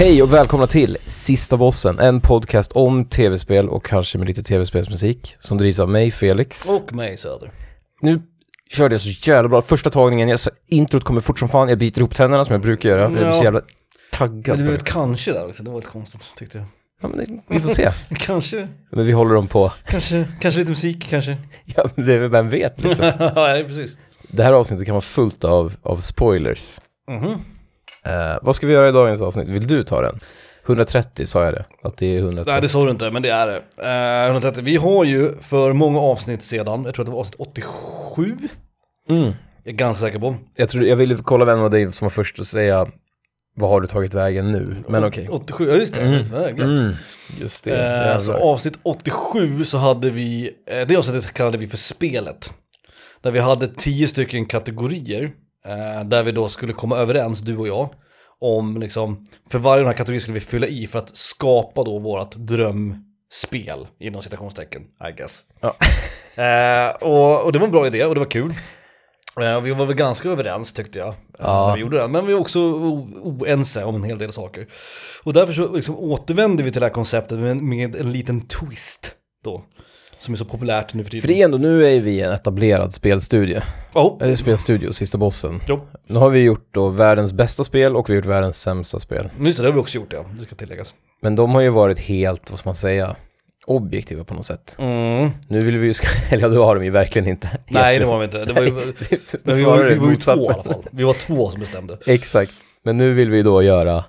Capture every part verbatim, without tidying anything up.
Hej och välkomna till Sista Bossen, en podcast om tv-spel och kanske med lite tv-spelsmusik som drivs av mig, Felix. Och mig, Söder. Nu körde jag så jävla bra. Första tagningen, jag, introt kommer fort som fan. Jag biter ihop tänderna som jag brukar göra. Jag är så jävla taggad. Men det var ett kanske där också, det var ett konstigt tyckte jag. Ja, men det, vi får se. Kanske. Men vi håller dem på. Kanske, kanske lite musik, kanske. Ja, men det är vem vet liksom. Ja, precis. Det här avsnittet kan vara fullt av, av spoilers. Mhm. Uh, vad ska vi göra i dagens avsnitt? Vill du ta den? hundratrettio sa jag det, att det är hundratrettio. Nej, det sa du inte, men det är det. Uh, hundratrettio. Vi har ju för många avsnitt sedan, jag tror att det var avsnitt åttiosju. Mm. Jag är ganska säker på. Jag, tror, jag ville kolla vem av dig som var först att säga vad har du tagit vägen nu? Men okej. Okay. åttiosju, ja just det. Mm. det mm. Just det. Uh, så avsnitt åttiosju så hade vi, uh, det avsnittet kallade vi för spelet. Där vi hade tio stycken kategorier. Uh, där vi då skulle komma överens, du och jag, om liksom, för varje den här kategorin skulle vi fylla i för att skapa då vårat drömspel inom citationstecken, I guess. Ja. uh, och, och det var en bra idé och det var kul. Uh, vi var väl ganska överens tyckte jag, uh, ja. när vi gjorde det. Men vi var också o- oense om en hel del saker. Och därför så liksom återvände vi till det här konceptet med, med en liten twist då. Som är så populärt nu för tiden. För det är ändå, nu är vi en etablerad spelstudio. Oh. Äh, spelstudio, Sista Bossen. Jo. Nu har vi gjort då världens bästa spel och vi har gjort världens sämsta spel. Just det, det har vi också gjort, ja. Det ska tilläggas. Men de har ju varit helt, vad ska man säga, objektiva på något sätt. Mm. Nu vill vi ju, eller ja, du har de ju verkligen inte. Nej, det var vi inte. Det var ju, men vi var, vi var ju två i alla fall. Vi var två som bestämde. Exakt. Men nu vill vi då göra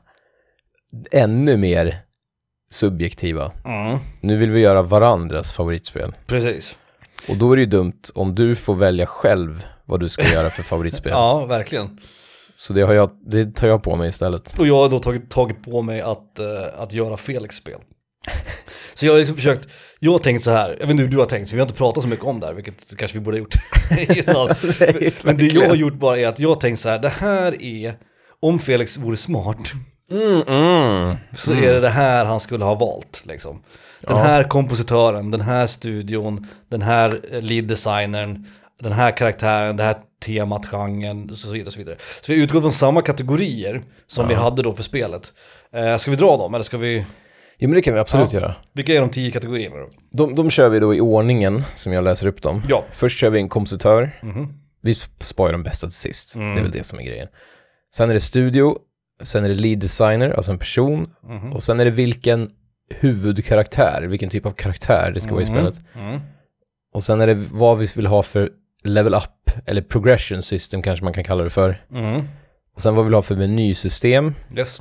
ännu mer subjektiva. Mm. Nu vill vi göra varandras favoritspel. Precis. Och då är det ju dumt om du får välja själv vad du ska göra för favoritspel. Ja, verkligen. Så det, har jag, det tar jag på mig istället. Och jag har då tagit, tagit på mig att, uh, att göra Felix spel. Så jag har liksom försökt, jag har tänkt så här, jag vet inte hur du har tänkt, för vi har inte pratat så mycket om det här, vilket kanske vi borde ha gjort innan. Nej, men det jag har gjort bara är att jag har tänkt så här, det här är, om Felix vore smart, Mm, mm, så mm. är det det här han skulle ha valt liksom. Den Ja. här kompositören, den här studion, den här lead designern, den här karaktären, det här temat, genren och så vidare och så vidare. Så vi utgår från samma kategorier som Ja. vi hade då för spelet. Eh, ska vi dra dem eller ska vi... Jo, men det kan vi absolut Ja. göra. Vilka är de tio kategorierna då? De, de kör vi då i ordningen som jag läser upp dem. Ja. Först kör vi en kompositör. Mhm. Vi sparar de bästa till sist. Mm. Det är väl det som är grejen. Sen är det studio. Sen är det lead designer, alltså en person. Mhm. Och sen är det vilken huvudkaraktär, vilken typ av karaktär det ska vara i Mhm. spelet. Mm. Och sen är det vad vi vill ha för level up, eller progression system kanske man kan kalla det för. Mm. Och sen vad vi vill ha för menysystem, Yes.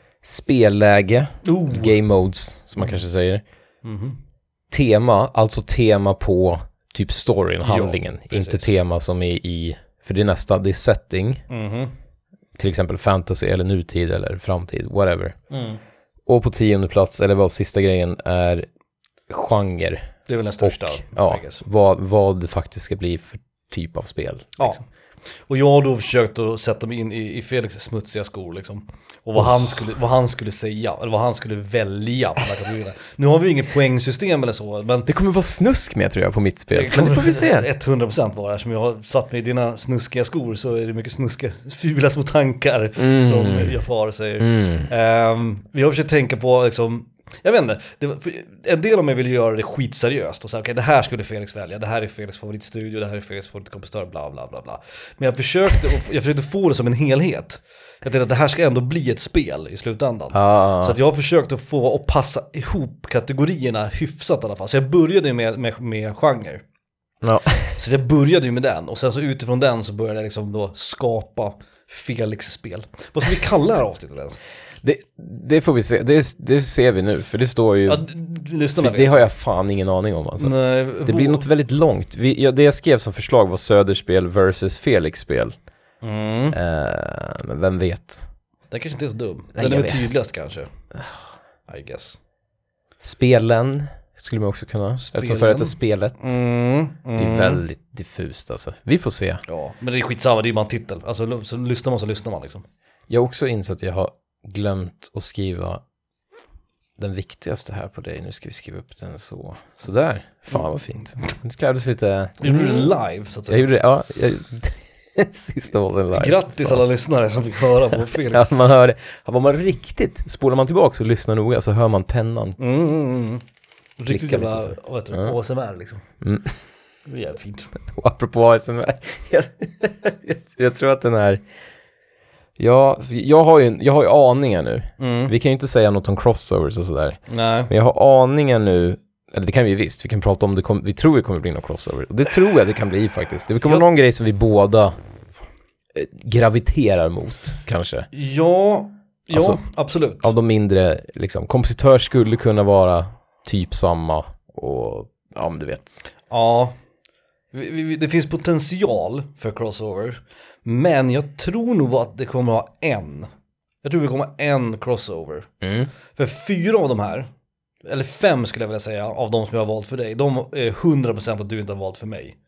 spelläge, Oh. game modes som man kanske säger. Mhm. Tema, alltså tema på typ storyn, Ja, handlingen. precis. Inte tema som är i, för det är nästa, det är setting. Mhm. Till exempel fantasy eller nutid eller framtid, whatever. Mm. Och på tionde plats, eller vad sista grejen är, genre. Det är väl den största. Och, ja, I guess. vad, vad det faktiskt ska bli för typ av spel. Ja. Liksom. Och jag har då försökt att sätta mig in i, i Felix smutsiga skor liksom. Och vad, Oh. han skulle, vad han skulle säga, eller vad han skulle välja på de här kategorierna. Nu har vi ju inget poängsystem eller så, men Det kommer vara snusk med tror jag på mitt spel. Men det får vi se. hundra procent var det. Som jag har satt mig i dina snuskiga skor så är det mycket snuskiga, fula små tankar Mm. som jag far säger. Mm. Ehm, vi har försökt tänka på liksom, jag vet inte, det var, för en del av mig vill göra det skitseriöst och säga okej, det här skulle Felix välja, det här är Felix favoritstudio, det här är Felix favoritkompositör, bla bla bla bla. Men jag försökte, jag försökte få det som en helhet. Jag tänkte att det här ska ändå bli ett spel i slutändan. Ah. Så att jag har försökt att få att passa ihop kategorierna hyfsat i alla fall. Så jag började med, med, med genre. Ja. Så jag började ju med den och sen så utifrån den så började jag liksom då skapa Felix spel. Vad ska vi kalla det här avsnittet ens? Det, det får vi se. Det, det ser vi nu. För det står ju... Ja, d- d- lyssna för det har jag fan ingen aning om alltså. Nej, Det blir något väldigt långt. Vi, ja, det jag skrev som förslag var Söderspel versus Felix-spel. Mm. Eh, men vem vet? Den kanske inte är så dum. Nej, Den är jag väl vet. tydligast kanske. I guess. Spelen skulle man också kunna. Spelen. Eftersom för att det är spelet. Mm. Det är Mm. väldigt diffust alltså. Vi får se. Ja, men det är skitsamma, det är bara en titel. Alltså så lyssnar man så lyssnar man liksom. Jag har också insett att jag har glömt att skriva den viktigaste här på dig. Nu ska vi skriva upp den så. Sådär. Fan vad fint. Det krävdes lite... Gjorde du det live så att Jag gjorde det, ja. Jag, Sista Bossen live. Grattis alla lyssnare som fick höra på Felix. Ja, man hör det. Var man riktigt, spolar man tillbaka och lyssnar noga så hör man pennan. Mm, mm, mm. Riktigt Klicka jävla, lite så. vad heter det, Ja. A S M R liksom. Mm. Det är jävligt fint. Och apropå A S M R, jag, jag, jag tror att den här, ja, jag har ju, jag har ju aningar nu. Mm. Vi kan ju inte säga något om crossovers och sådär. Nej. Men jag har aningar nu, eller det kan vi ju visst, vi kan prata om det, kom, vi tror det kommer bli någon crossover. Och det tror jag det kan bli faktiskt. Det kommer Ja. någon grej som vi båda eh, graviterar mot, kanske. Ja, ja Alltså, absolut. Av de mindre, liksom, kompositör skulle kunna vara typ samma och, ja men du vet. Ja, vi, vi, det finns potential för crossover. Men jag tror nog att det kommer ha en. Jag tror vi kommer ha en crossover. Mm. För fyra av de här, eller fem skulle jag vilja säga, av de som jag har valt för dig, de är hundra procent att du inte har valt för mig.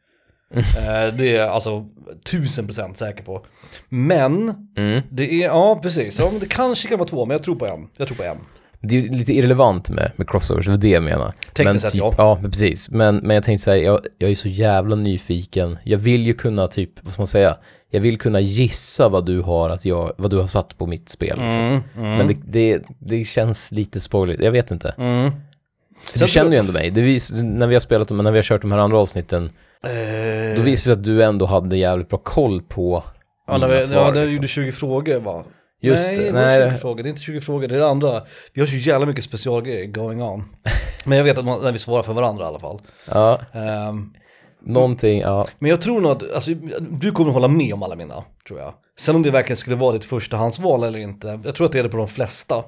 Eh, det är jag alltså tusen procent säker på. Men, Mm. det är, ja precis, ja, men det kanske kan vara två, men jag tror på en. Jag tror på en. Det är lite irrelevant med, med crossovers, det är det jag menar. Tekniskt men sett, typ, ja. Ja, men precis. Men, men jag tänkte säga, jag, jag är så jävla nyfiken. Jag vill ju kunna typ, vad ska man säga? Jag vill kunna gissa vad du har att jag, vad du har satt på mitt spel. Liksom. Mm, mm. Men det, det, det känns lite spoiligt, jag vet inte. Mm. För du känner ju ändå mig. Det vis, när vi har spelat, när vi har kört de här andra avsnitten, Eh, då visar det att du ändå hade jävligt bra koll på ja, mina när vi, svar. ja, det liksom. gjorde tjugo frågor va? Just nej, det, det, nej. var tjugo frågor. Det är inte tjugo frågor, det är det andra. Vi har så jävla mycket specialgrejer going on. Men jag vet att man, när vi svarar för varandra i alla fall. Ja, Um, någonting, ja. men jag tror nog att, alltså, du kommer hålla med om alla mina, tror jag. Sen om det verkligen skulle vara ditt förstahandsval eller inte, jag tror att det är det på de flesta.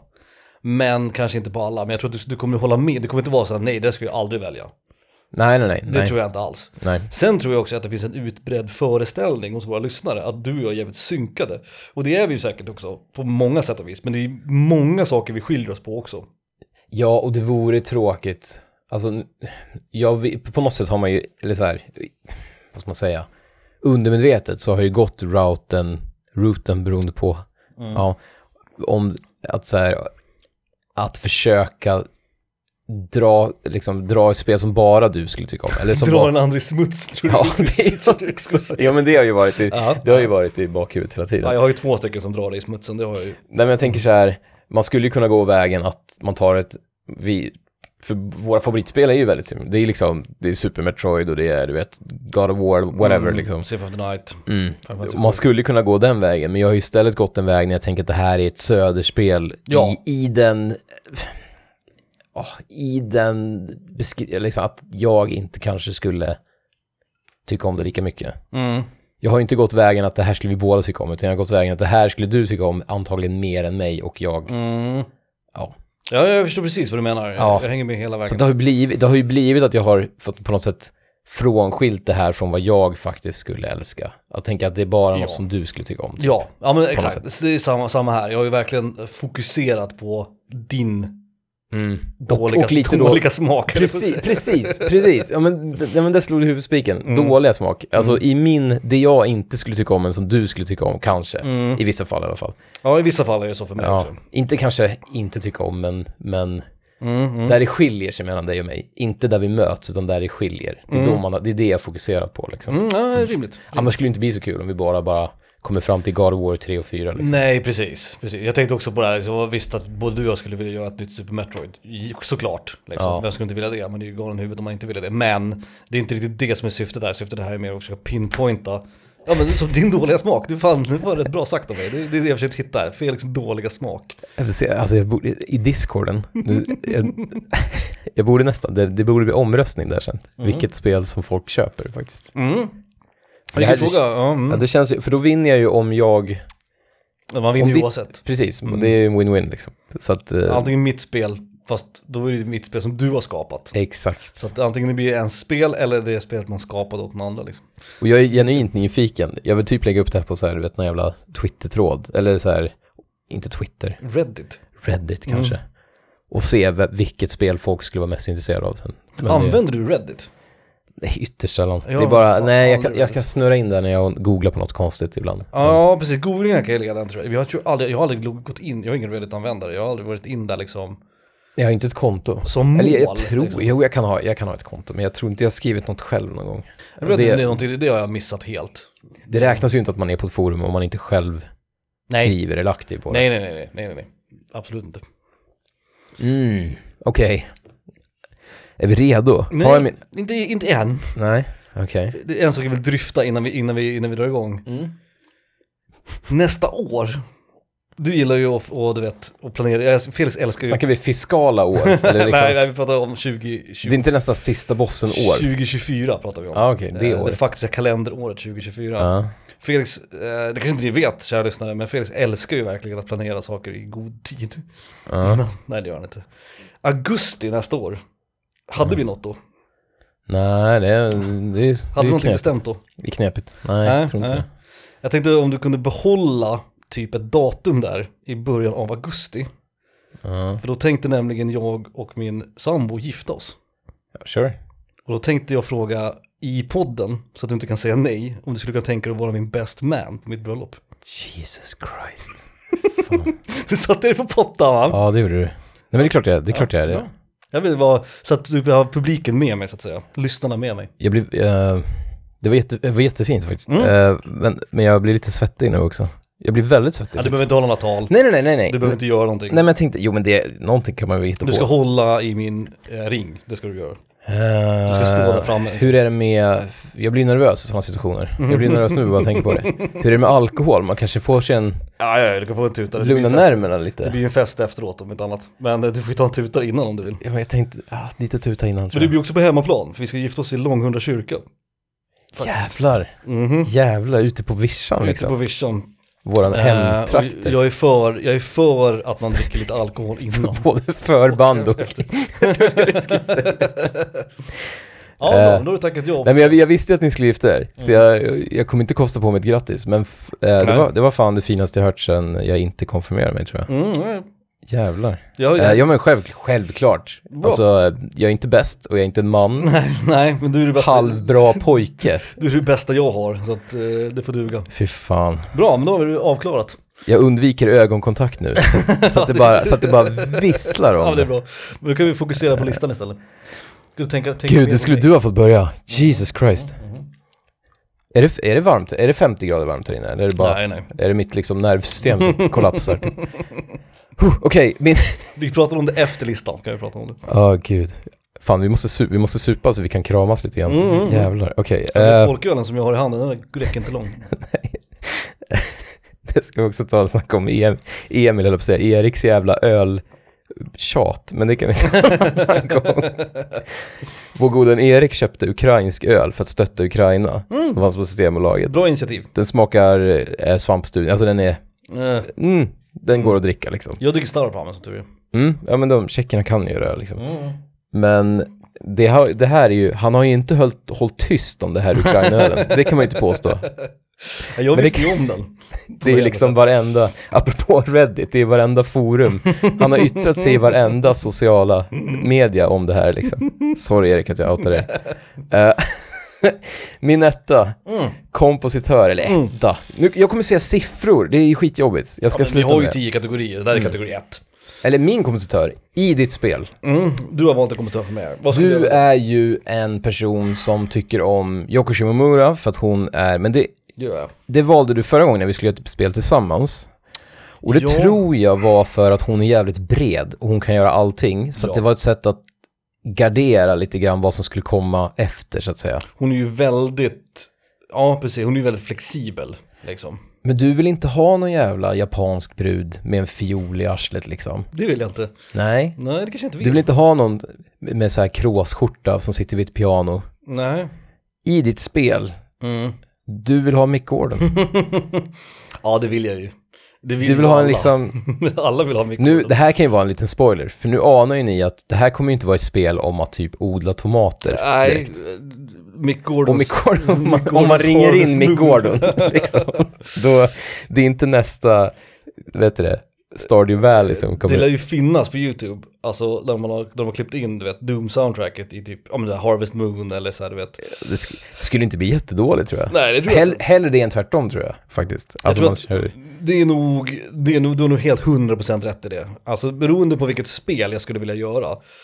Men kanske inte på alla, men jag tror att du, du kommer hålla med. Det kommer inte vara så att nej, det skulle jag aldrig välja. Nej, nej, nej. Det nej. tror jag inte alls. Nej. Sen tror jag också att det finns en utbredd föreställning hos våra lyssnare att du och jag är jävligt synkade. Och det är vi ju säkert också på många sätt och vis. Men det är många saker vi skiljer oss på också. Ja, och det vore tråkigt. Alltså, jag, vet- på något sätt har man ju, eller så här, vad ska man säga, undermedvetet så har ju gått routen, routen beroende på, Mm. ja, om att så här, att försöka dra, liksom, dra ett spel som bara du skulle tycka om. Eller som Dra bara, en andra i smuts, tror ja, du? det är också, ja, men det har ju varit i, Ja. det har ju varit i bakhuvudet hela tiden. Ja, jag har ju två stycken som drar dig i smutsen, det har jag ju. Nej, men jag tänker så här, man skulle ju kunna gå vägen att man tar ett, vi, för våra favoritspel är ju väldigt simpelt. Det är liksom, det är Super Metroid och det är, du vet, God of War, whatever Mm, liksom. Symphony of the Night. Mm. Final Fantasy Man skulle kunna gå den vägen, men jag har ju istället gått en väg när jag tänker att det här är ett söderspel Ja. i, i den, oh, i den beskri- liksom att jag inte kanske skulle tycka om det lika mycket. Mm. Jag har ju inte gått vägen att det här skulle vi båda tycka om, utan jag har gått vägen att det här skulle du tycka om antagligen mer än mig och jag. Mm. Ja. Ja, jag förstår precis vad du menar. Ja. Jag hänger med hela vägen. Så det har, ju blivit, det har ju blivit att jag har fått på något sätt frånskilt det här från vad jag faktiskt skulle älska. Jag tänker att det är bara Ja. något som du skulle tycka om. Ja, ja men något exakt. Det är samma, samma här. Jag har ju verkligen fokuserat på din Mm. dåliga, och, och lite dåliga då, smak. precis, precis, precis. Ja, men, d- ja, men det slog i huvudspiken. Mm. Dåliga smak. Alltså Mm. i min, det jag inte skulle tycka om men som du skulle tycka om, kanske. Mm. I vissa fall i alla fall. Ja, i vissa fall är det så för mig Ja. också. Inte kanske inte tycka om, men, men Mm, mm. där det skiljer sig mellan dig och mig. Inte där vi möts, utan där det skiljer. Det är, Mm. då man, det är det jag fokuserat på liksom. Mm, ja, rimligt. rimligt. Annars skulle det inte bli så kul om vi bara, bara kommer fram till God of War tre och fyra. Liksom. Nej, precis, precis. Jag tänkte också på det här, så jag visste att både du och jag skulle vilja göra ett nytt Super Metroid. Såklart, liksom. Ja. Vem skulle inte vilja det? Men det är ju galen i huvudet om man inte vill det. Men det är inte riktigt det som är syftet där. Syftet här är mer att försöka pinpointa. Ja, men som din dåliga smak. Du fan, det var rätt bra sagt av mig. Det, det är det jag försökt hitta här. Felix dåliga smak. Jag vill se, alltså jag borde, i Discorden, nu, jag, jag borde nästan, det, det borde bli omröstning där sen. Mm. Vilket spel som folk köper faktiskt. Mm. För det här- Vilken fråga? Ja, mm. Ja, det känns ju, för då vinner jag ju om jag, Man vinner om ju ditt- oavsett. precis, Mm. och det är ju en win-win liksom. Så att, eh, Antingen mitt spel, fast då är det mitt spel som du har skapat. exakt. Så att antingen det blir en spel eller det är spelet man skapat åt den andra liksom. Och jag är genuint nyfiken. Jag vill typ lägga upp det här på så här, du vet, någon jävla Twitter-tråd. Eller så här, inte Twitter, Reddit. Reddit kanske. Mm. Och se v- vilket spel folk skulle vara mest intresserade av sen. Men det- Använder du Reddit? Det är ytterst sällan. Ja, det är bara, fan, nej jag kan, aldrig jag kan snurra in där när jag googlar på något konstigt ibland. Ja, precis. Googlingar kan jag lägga den tror jag. Jag, tror aldrig, jag har aldrig gått in, jag har ingen Reddit-användare. Jag har aldrig varit in där liksom Jag har inte ett konto. som mål. Eller jag, jag tror, liksom. jo jag kan, ha, jag kan ha ett konto, men jag tror inte jag har skrivit något själv någon gång. Jag vet det- inte, det, är någonting, det har jag missat helt. Det räknas ju inte att man är på ett forum om man inte själv nej. skriver eller aktiv på det. Nej, nej, nej, nej, nej, nej. Absolut inte. Mm, okej. Okay. Är vi redo? Nej, Har jag min... inte, inte än. Nej, okej. Okay. Det är en sak jag vill dryfta innan vi, innan vi, innan vi drar igång. Mm. Nästa år. Du gillar ju att, och, du vet, att planera. Felix älskar ju... Snackar vi fiskala år? Eller liksom... nej, nej, vi pratar om tjugo tjugo. Det är inte nästan sista bossen år. tjugo tjugofyra pratar vi om. Ah, okay. Det, det faktiska kalenderåret tjugo tjugofyra. Ah. Felix, eh, det kanske inte ni vet, kära lyssnare, men Felix älskar ju verkligen att planera saker i god tid. Ah. Nej, det gör han inte. Augusti nästa år. Hade ah. vi något då? Nej, det, det, det är hade du någonting bestämt då? Det är knepigt. Nej, nej jag tror inte nej. Jag tänkte om du kunde behålla typ ett datum där i början av augusti. Uh. För då tänkte nämligen jag och min sambo gifta oss. Ja, sure. Och då tänkte jag fråga i podden, så att du inte kan säga nej, om du skulle kunna tänka dig att vara min best man på mitt bröllop. Jesus Christ. Du satte dig på pottan, va? Ja, det gjorde du. Nej, men det är klart jag, det är klart jag är det. Ja. Jag vill vara, så att du har publiken med mig så att säga. Lyssnarna med mig. Jag blev, uh, det, var jätte, det var jättefint faktiskt. Mm. Uh, men, men jag blir lite svettig nu också. Jag blir väldigt svettig. Ja, du behöver inte hålla något tal. Nej, nej, nej, nej. Du behöver inte göra någonting. Nej, men jag tänkte, jo men det, någonting kan man ju hitta på. Du ska hålla i min eh, ring, det ska du göra. Uh, du ska stå där framme. Hur är det med, jag blir nervös i sådana situationer. Jag blir nervös nu bara jag tänker på det. Hur är det med alkohol? Man kanske får sig en... Ja, ja, du kan få en tuta. Lugna nerverna lite. Det blir en fest efteråt om inte annat. Men du får ju ta en tuta innan om du vill. Ja, men jag tänkte, ah, lite tuta innan. Men du blir också på hemmaplan, för vi ska gifta oss i Långhundra kyrka. Faktiskt. Jävlar. Mm-hmm. Jävlar, ute på vischan liksom. Ute på vischan. Våran uh, hemtrakter. Jag är, för, jag är för att man dricker lite alkohol innan. Både för band och... efter. Ja, bra, då har du tackat ja. Nej, men jag, jag visste att ni skulle gifta er. Så mm. jag, jag kommer inte kosta på mig ett grattis. Men f- äh, det, var, det var fan det finaste jag hört sedan jag inte konfirmerade mig, tror jag. Mm. Jävlar. Ja, ja. Äh, ja men själv, självklart. Bra. Alltså, jag är inte bäst och jag är inte en man. Nej, nej, men du är det bästa. Halvbra pojke. Du är det bästa jag har, så att, uh, det får duga. Fy fan. Bra, men då har vi avklarat. Jag undviker ögonkontakt nu. Så att det bara, så att det bara visslar om. Ja, det är bra. Men då kan vi fokusera på listan istället. Du tänka, tänka Gud, det skulle du ha fått börja. Jesus Christ. Mm, mm. Är det, är det varmt? Är det femtio grader varmt här inne? Eller är det bara, nej, nej. Är det mitt liksom nervsystem som kollapsar? Okej, okay, min... Vi pratar om det efter listan, kan vi prata om det. Ja, oh, gud. Fan, vi måste, su- vi måste supa så vi kan kramas lite igen. Mm, mm. Jävlar, okej. Okay. Den uh... folkölen som jag har i handen, den räcker inte långt. Nej. Det ska vi också ta och snacka om Em- Emil, eller på att säga, Eriks jävla öl... tjat, men det kan vi ta en gång. Vår goden Erik köpte ukrainsk öl för att stötta Ukraina, mm. som fanns på Systembolaget. Bra initiativ. Den smakar eh, svampstudien, alltså den är mm. Mm, den mm. går att dricka liksom. Jag dricker Star på som tur är. Mm, ja men de tjeckerna kan ju det liksom. Mm. Men det, har, det här är ju, han har ju inte hållit, hållit tyst om det här Ukraina-ölen. Det kan man ju inte påstå. Ja, jag visste ju om den. Det är liksom varenda, apropå Reddit, det är varenda forum. Han har yttrat sig i varenda sociala media om det här liksom. Sorry Erik att jag outar det. Uh, min etta, mm. kompositör, eller etta. Nu, jag kommer säga siffror, det är ju skitjobbigt. Jag ska ja, sluta vi har ju med. tio kategorier, det där är mm. kategori ett. Eller min kompositör, i ditt spel. Mm. Du har valt en kompositör för mig. Du är ju en person som tycker om Yoko Shimomura för att hon är, men det Ja. Det valde du förra gången när vi skulle göra ett spel tillsammans. Och det ja. tror jag var för att hon är jävligt bred och hon kan göra allting. Så ja. att det var ett sätt att gardera lite grann vad som skulle komma efter, så att säga. Hon är ju väldigt, ja precis, hon är ju väldigt flexibel liksom. Men du vill inte ha någon jävla japansk brud med en fiol i arslet liksom? Det vill jag inte. Nej. Nej, det kanske inte vill. Du vill inte ha någon med så här kråsskjorta som sitter vid ett piano? Nej. I ditt spel? Mm. Du vill ha Mick Gordon. Ja, det vill jag ju. Det vill du vill ha alla. En liksom... alla vill ha Mick nu, Gordon. det här kan ju vara en liten spoiler. För nu anar ju ni att det här kommer ju inte vara ett spel om att typ odla tomater. Nej, direkt. Mick Gordon. Mick Gordon om, man, om man ringer in Mick Gordon. liksom, då, det är inte nästa, vet du det, Stardew Valley som kommer. Det lär ju finnas på YouTube. Alltså när man har, när man har klippt in, du vet, Doom-soundtracket i typ, om det är Harvest Moon eller så här, du vet. Det, sk- det skulle inte bli jättedåligt, tror jag. Nej, det tror Hell, jag inte. Hellre det än tvärtom, tror jag, faktiskt. Alltså, jag tror att det är nog, det är nog, du har nog helt hundra procent rätt i det. Alltså beroende på vilket spel jag skulle vilja göra,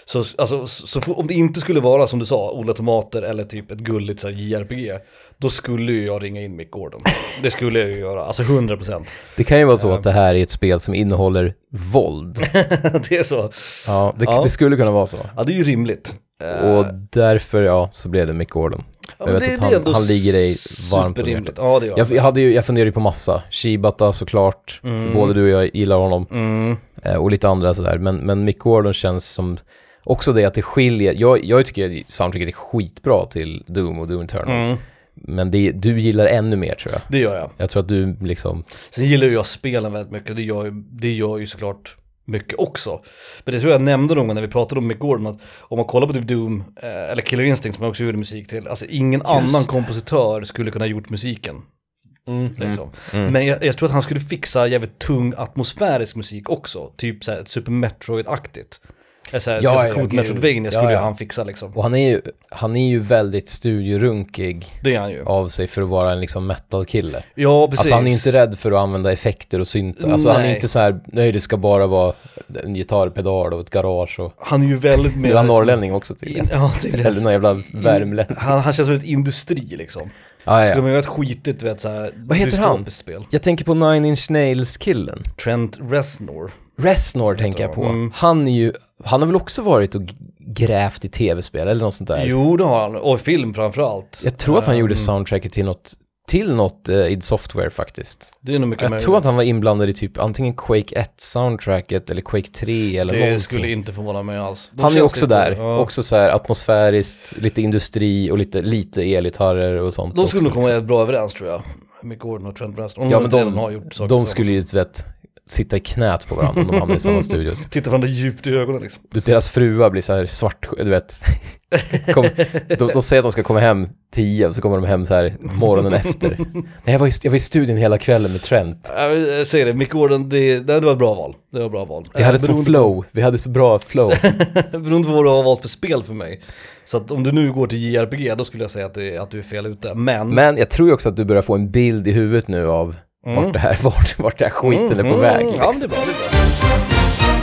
Så, alltså, så, så om det inte skulle vara som du sa, odla tomater eller typ ett gulligt så här, J R P G, då skulle ju jag ringa in Mick Gordon. Det skulle jag ju göra, alltså hundra procent. Det kan ju vara så att det här är ett spel som innehåller våld. Det är så. Ja det, Ja. det skulle kunna vara så. Ja, det är ju rimligt. Och därför, ja, så blev det Mick Gordon. Ja, jag vet det, att det han, är ändå han ligger dig varmt om superrimligt. hjärtat. Ja, det gör Jag, jag, hade ju, jag funderade ju på massa. Shibata såklart, Mm. för både du och jag gillar honom. Mm. Eh, och lite andra sådär. Men, men Mick Gordon känns som också det att det skiljer. Jag, jag tycker att soundtracket är skitbra till Doom och Doom Eternal. Mm. Men det, du gillar ännu mer tror jag. Det gör jag. Jag tror att du liksom... Sen gillar ju jag spelen väldigt mycket. Det gör, ju- det gör ju såklart mycket också. Men det tror jag nämnde någon gång när vi pratade om Mick Gordon, att om man kollar på typ Doom eh, eller Killer Instinct som jag också gjorde musik till, alltså ingen annan det. kompositör skulle kunna ha gjort musiken. Mm. Liksom. Mm. Men jag, jag tror att han skulle fixa jävligt tung atmosfärisk musik också. Typ såhär ett Super Metroid-aktigt. Såhär, Ja, ja, ja, coolt gud. Metroidvania skulle Ja, ju ja. han fixa liksom. Och han är ju, han är ju väldigt studiorunkig Det är han ju. av sig för att vara en liksom metal-kille. Ja, precis. Alltså han är inte rädd för att använda effekter och syntar. Alltså han är Nej. inte så här, nej det ska bara vara en gitarrpedal och ett garage och... Han är ju väldigt mer... Du är norrlänning också tydligen. Ja, tydligen. Eller någon jävla värmlänning. Han, han känns som ett industri liksom. Ah, Skulle ja. man göra ett skitigt, du vet såhär, Vad heter han? dystopiskt spel. Jag tänker på Nine Inch Nails-killen. Trent Reznor. Reznor tänker jag på. Mm. Han är ju, han har väl också varit och g- grävt i tv-spel eller något sånt där. Jo, det har han. Och film framförallt. Jag tror att han Um, gjorde soundtracket till något, till något uh, id Software faktiskt. Det är nog mycket Jag möjligt. tror att han var inblandad i typ antingen Quake ett-soundtracket eller Quake tre eller Det någonting. skulle inte förvåna mig alls. De Han är känns också lite- där, ja. också så här atmosfäriskt, lite industri och lite, lite elgitarrer och sånt. De skulle också, nog komma liksom. jävligt bra överens tror jag. Mick Gordon och Trent Reznor. Om Ja de men inte de, redan har gjort saker de tillsammans. skulle ju vet, sitta i knät på varandra om de hamnar i samma studio. Titta varandra djupt i ögonen liksom. Du, deras fruar blir så här svart, du vet. Kom, de, de säger att de ska komma hem tio och så kommer de hem så här morgonen efter. Nej, jag var i, jag var i studion hela kvällen med Trent. Jag säger det, Mick Gordon, det, det var ett bra val. Det var ett bra val. Vi hade ett Beroende- sånt flow, vi hade så bra flow. Beroende på vad du har valt för spel för mig. Så att om du nu går till J R P G, då skulle jag säga att, det, att du är fel ute. Men... Men jag tror ju också att du börjar få en bild i huvudet nu av Mm. vart det här, vart, vart det här skiten är på väg. Ja, Liksom. men det är bra, det är bra.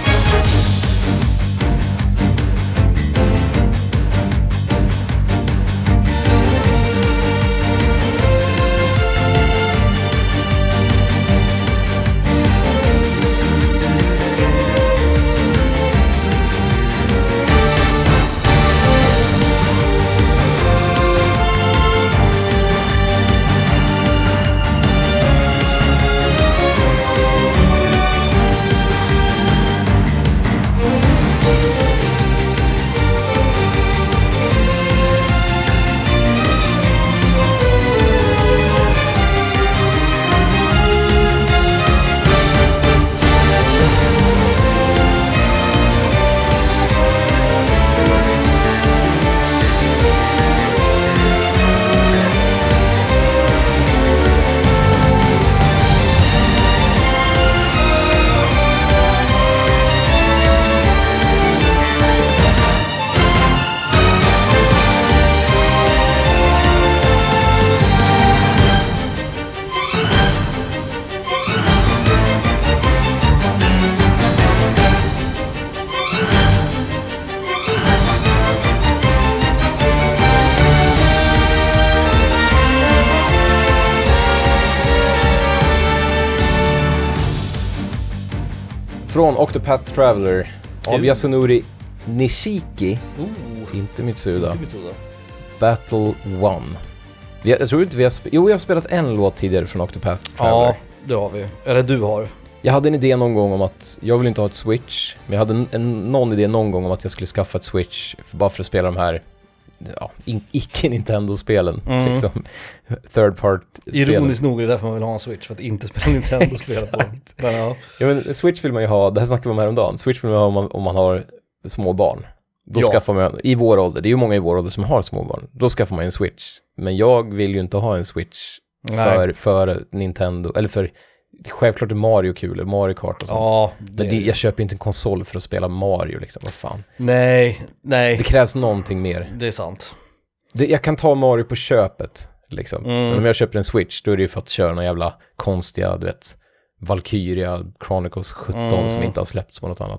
Från Octopath Traveler av Kul. Yasunori Nishiki, Oh, inte Mitsuda, inte Mitsuda. Battle One. Vi har, jag tror inte vi har sp- Jo, jag har spelat en låt tidigare från Octopath Traveler. Ja, det har vi. Eller du har. Jag hade en idé någon gång om att jag vill inte ha ett Switch, men jag hade en, en, någon idé någon gång om att jag skulle skaffa ett Switch för, bara för att spela de här ja, in, icke-Nintendo-spelen. Mm. Liksom. Third part-spelen. Ironiskt nog är det därför man vill ha en Switch, för att inte spela Nintendo-spel på. Men, ja. Ja, men Switch vill man ju ha, det här snackade vi om häromdagen. Switch vill man ha om man, om man har små barn. Då Ja. skaffar man, i vår ålder, det är ju många i vår ålder som har små barn. Då skaffar man en Switch. Men jag vill ju inte ha en Switch för, för Nintendo, eller för, självklart är Mario kul, Mario Kart och sånt. Ja, Men det, det, jag köper inte en konsol för att spela Mario liksom, vad fan. nej, nej, Det krävs någonting mer. det är sant. Det, jag kan ta Mario på köpet, liksom. Mm. Men om jag köper en Switch, då är det ju för att köra någon jävla konstiga, du vet, Valkyria Chronicles sjutton Mm. som inte har släppts på något annat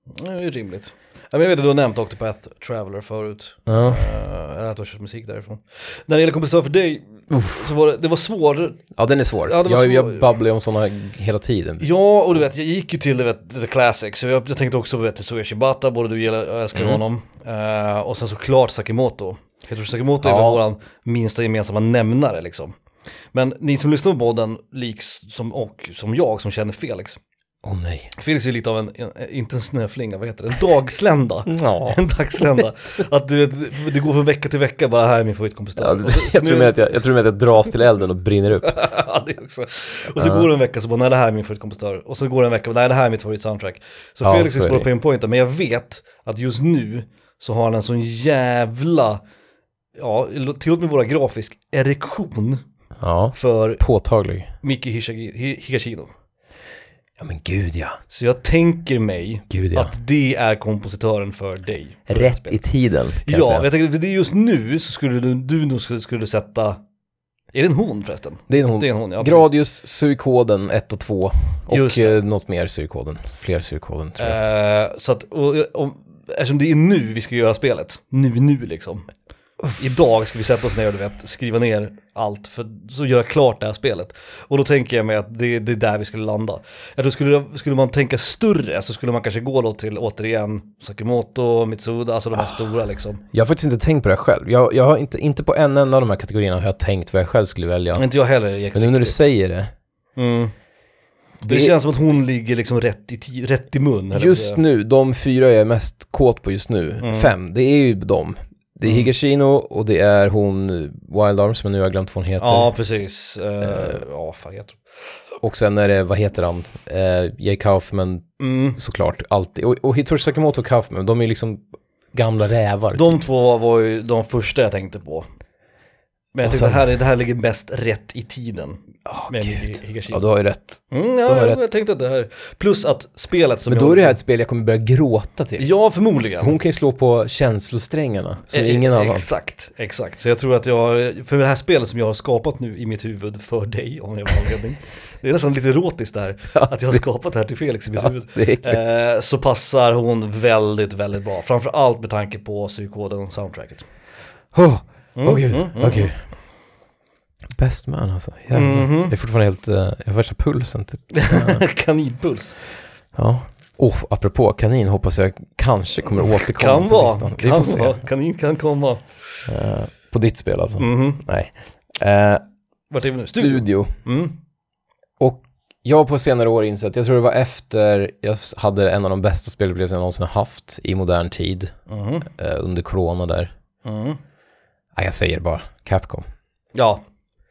Det är rimligt. Jag vet att du har nämnt Octopath Traveler förut. Ja. Uh, jag har hört musik därifrån. När det gäller kompositör för dig, Uff. så var det, det var svårt. Ja, den är svår. Ja, det var jag, svår. jag babblar ju om sådana hela tiden. Ja, och du vet, jag gick ju till det, vet, The Classic. Så jag, jag tänkte också på Tetsuya Shibata, både du gillar och älskar mm. honom. Uh, och sen såklart Sakimoto. Jag tror Sakimoto ja. är vår minsta gemensamma nämnare liksom. Men ni som lyssnar på podden, liks som, och som jag som känner Felix. Åh oh, nej. Felix är lite av en, en, inte en snöflinga, vad heter det? En dagslända. Ja. En dagslända. Att du, det går från vecka till vecka, bara här är min favoritkompositör. Ja, jag, jag, tror med att jag, jag tror med att jag dras till elden och brinner upp. Ja, det också. Och så uh. går det en vecka så bara, nej det här är min favoritkompositör. Och så går det en vecka och nej det här är mitt favoritsoundtrack. Så ja, Felix är svår på en point, men jag vet att just nu så har han en sån jävla, ja, tillåt mig våra grafisk erektion. Ja, för påtaglig. Miki Higashino. Ja men gud ja. Så jag tänker mig gud, ja. att det är kompositören för dig. För rätt i tiden kan ja, jag säga. jag tänker, för det är just nu så skulle du, du nog skulle, skulle sätta. Är det en hon förresten? Det är en hon. Det är en hon ja, Gradius, Suikoden ett och två. Och eh, något mer Suikoden. Fler Suikoden tror jag. Eh, så att, och, och, eftersom det är nu vi ska göra spelet. Nu, nu liksom. Uff. Idag ska vi sätta oss ner och du vet, skriva ner allt för så göra klart det här spelet. Och då tänker jag mig att det, det är där vi skulle landa. Jag tror skulle, skulle man tänka större så skulle man kanske gå då till återigen Sakimoto, Mitsuda, alltså de här ah. stora liksom. Jag har faktiskt inte tänkt på det själv. Jag, jag har inte, inte på en enda av de här kategorierna har jag tänkt vad jag själv skulle välja. Inte jag heller. Men nu när du säger det. Mm. Det, det känns som att hon ligger liksom rätt i, rätt i mun. Just nu, de fyra jag är mest kåt på just nu. Mm. Fem, det är ju de. Det är Higashino och det är hon Wild Arms, men nu har jag glömt vad hon heter. Ja, precis. Uh, uh, ja, fan jag tror. Och sen är det, vad heter han? Uh, Jay Kaufman, mm. såklart, alltid. Och, och Hitoshi Sakimoto och Kaufman, de är liksom gamla rävar. De typ. två var ju de första jag tänkte på. Men jag tycker det, här, det här ligger bäst rätt i tiden. Oh, med Higashino. Ja, du har ju rätt. Mm, ja, jag, rätt. jag tänkte att det här. Plus att spelet som men då jag... är det här ett spel jag kommer börja gråta till. Ja, förmodligen. För hon kan ju slå på känslosträngarna som e- ingen annan. Exakt, exakt. Så jag tror att jag, för det här spelet som jag har skapat nu i mitt huvud för dig, om jag var anledning. Det är nästan lite erotiskt där, ja, att jag har skapat det här till Felix i mitt ja, huvud. Eh, så passar hon väldigt, väldigt bra. Framförallt med tanke på Suikoden och soundtracket. Åh, oh, mm, oh, gud, mm, mm, oh, gud. Best man alltså. Mm-hmm. Det är fortfarande helt, uh, jag har värsta pulsen typ. Kaninpuls. Ja. Oh, apropå kanin hoppas jag kanske kommer återkomma kan på vara, listan. Kan vara, kanin kan komma. Uh, på ditt spel alltså. Mm-hmm. Nej. Uh, Vart är vi nu? Studio. Studio. Mm. Och jag på senare år insett, jag tror det var efter jag hade en av de bästa spelupplevelser jag någonsin haft i modern tid. Mm. Uh, under corona där. Mm. Nej, jag säger bara Capcom. Ja.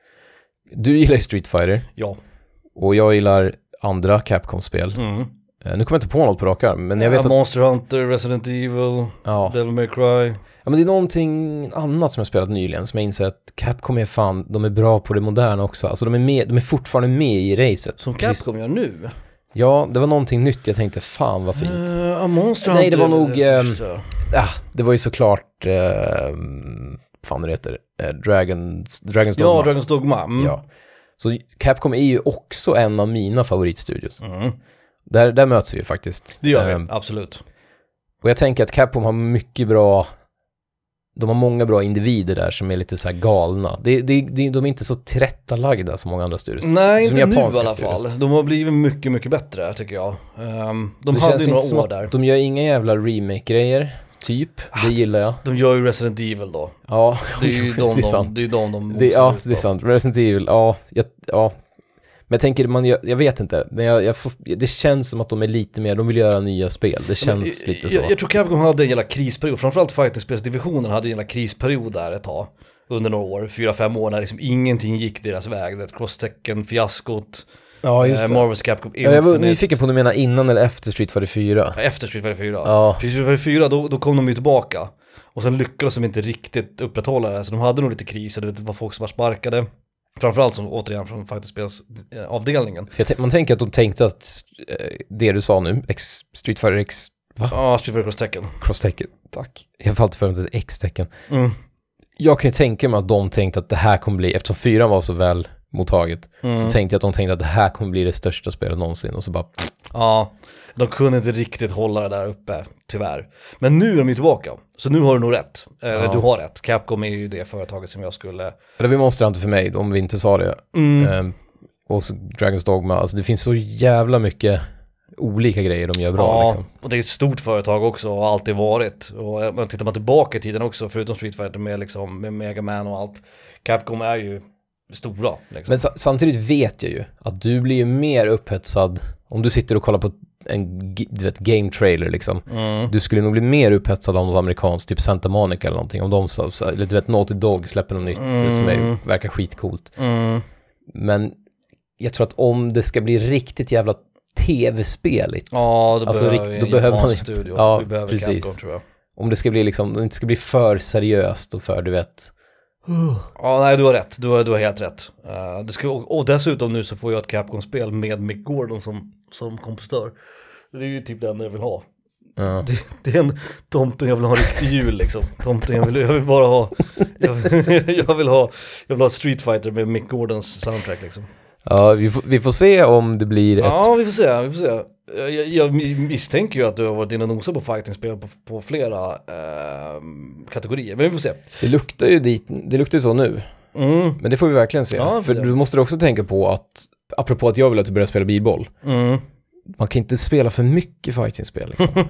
Du gillar Street Fighter. Ja. Och jag gillar andra Capcom-spel. Mm. Uh, nu kommer jag inte på något på rak arm, men jag vet ja, att... Monster Hunter, Resident Evil, ja. Devil May Cry. Ja, men det är någonting annat som jag spelat nyligen som jag inser att Capcom är fan, de är bra på det moderna också. Alltså de är, med, de är fortfarande med i racet. Som Capcom Precis. Gör nu? Ja, det var någonting nytt. Jag tänkte, fan vad fint. Uh, Monster Nej, det var nog... Det, uh, ja, det var ju såklart... Uh, fan det heter. Uh, Dragons, Dragons Dogma. Ja, Dragons Dogma. Mm. Ja. Så Capcom är ju också en av mina favoritstudios. Mm. Där, där möts vi ju faktiskt. Det gör vi, um, absolut. Och jag tänker att Capcom har mycket bra... De har många bra individer där som är lite så här galna. Det, det, det, de är inte så tillrättalagda som många andra studios. Nej, som inte nu i alla studios. fall. De har blivit mycket, mycket bättre tycker jag. Um, de det hade ju några år där. De gör inga jävla remake-grejer, typ. Det gillar jag. De gör ju Resident Evil då. Ja, det är ju de, det är sant. De, det är de, de det, ja, det är sant. Resident Evil, ja. Jag, ja. Men jag tänker, man, jag, jag vet inte. Men jag, jag får, det känns som att de är lite mer, de vill göra nya spel. Det känns men, lite så. Jag, jag tror Capcom hade en jävla krisperiod. Framförallt fighting-spelsdivisionen hade en jävla krisperiod där ett tag. Under några år, fyra, fem år när liksom ingenting gick deras väg. Det Cross-Tekken, fiaskot. Ja, just det. Eh, Marvel's Capcom Infinite. Jag var nyfiken på om du menar innan eller efter Street Fighter fyra. Ja, efter Street Fighter fyra. Ja. För Street Fighter fyra, då, då kom de ju tillbaka. Och sen lyckades de inte riktigt upprätthålla det. Så de hade nog lite kriser, det var folk som var sparkade. Framförallt som återigen från fighterspelsavdelningen. För t- man tänker att de tänkte att eh, det du sa nu, X, Street Fighter X... Va? Ja, Street Fighter Cross-Tekken. Cross-Tekken, tack. Jag har alltid för mig ett X-tecken. Mm. Jag kan ju tänka mig att de tänkte att det här kommer bli, eftersom fyran var så väl mottaget. Mm. Så tänkte jag att de tänkte att det här kommer bli det största spelet någonsin. Och så bara... Ja, de kunde inte riktigt hålla det där uppe, tyvärr. Men nu är de ju tillbaka. Så nu har du nog rätt. Eller Ja. du har rätt. Capcom är ju det företaget som jag skulle... Det var Monster Hunter för mig, om vi inte sa det. Mm. Um, och så Dragon's Dogma. Alltså det finns så jävla mycket olika grejer de gör bra. Ja, liksom. och det är ett stort företag också och har alltid varit. Och om man tittar man tillbaka i tiden också, förutom Street Fighter med, liksom, med Mega Man och allt. Capcom är ju stora. Liksom. Men sa- samtidigt vet jag ju att du blir ju mer upphetsad om du sitter och kollar på en g- du vet, game trailer liksom. Mm. Du skulle nog bli mer upphetsad av något amerikanskt, typ Santa Monica eller någonting. Om de så, så eller du vet, Naughty Dog släpper något nytt Mm. som är, verkar skitcoolt. Mm. Men jag tror att om det ska bli riktigt jävla tv-speligt, Ja, då Alltså, behöver rikt- vi då en behöver japansk man- studio. Ja, vi behöver precis. Capcom, tror jag. om det ska bli liksom, om det inte ska bli för seriöst och för, du vet. Ja, nej, du har rätt. Du har, du har helt rätt. Uh, det ska, och, och dessutom nu så får jag ett Capcom-spel med Mick Gordon som, som kompositör. Det är ju typ det enda jag vill ha. Ja. Det, det är en tomten jag vill ha en riktig jul liksom. Tomten jag vill, jag vill bara ha jag vill, jag vill ha jag vill ha ett Street Fighter med Mick Gordons soundtrack liksom. Ja, vi får, vi får se om det blir ett... Ja, vi får se, vi får se. Jag, jag misstänker ju att du har varit inne och nosat på fightingspel på, på flera eh, kategorier, men vi får se. Det luktar ju dit, det luktar ju så nu. Mm. Men det får vi verkligen se. Ja, för det. du måste också tänka på att, apropå att jag vill att du börjar spela bilboll, Mm. man kan inte spela för mycket fightingspel liksom.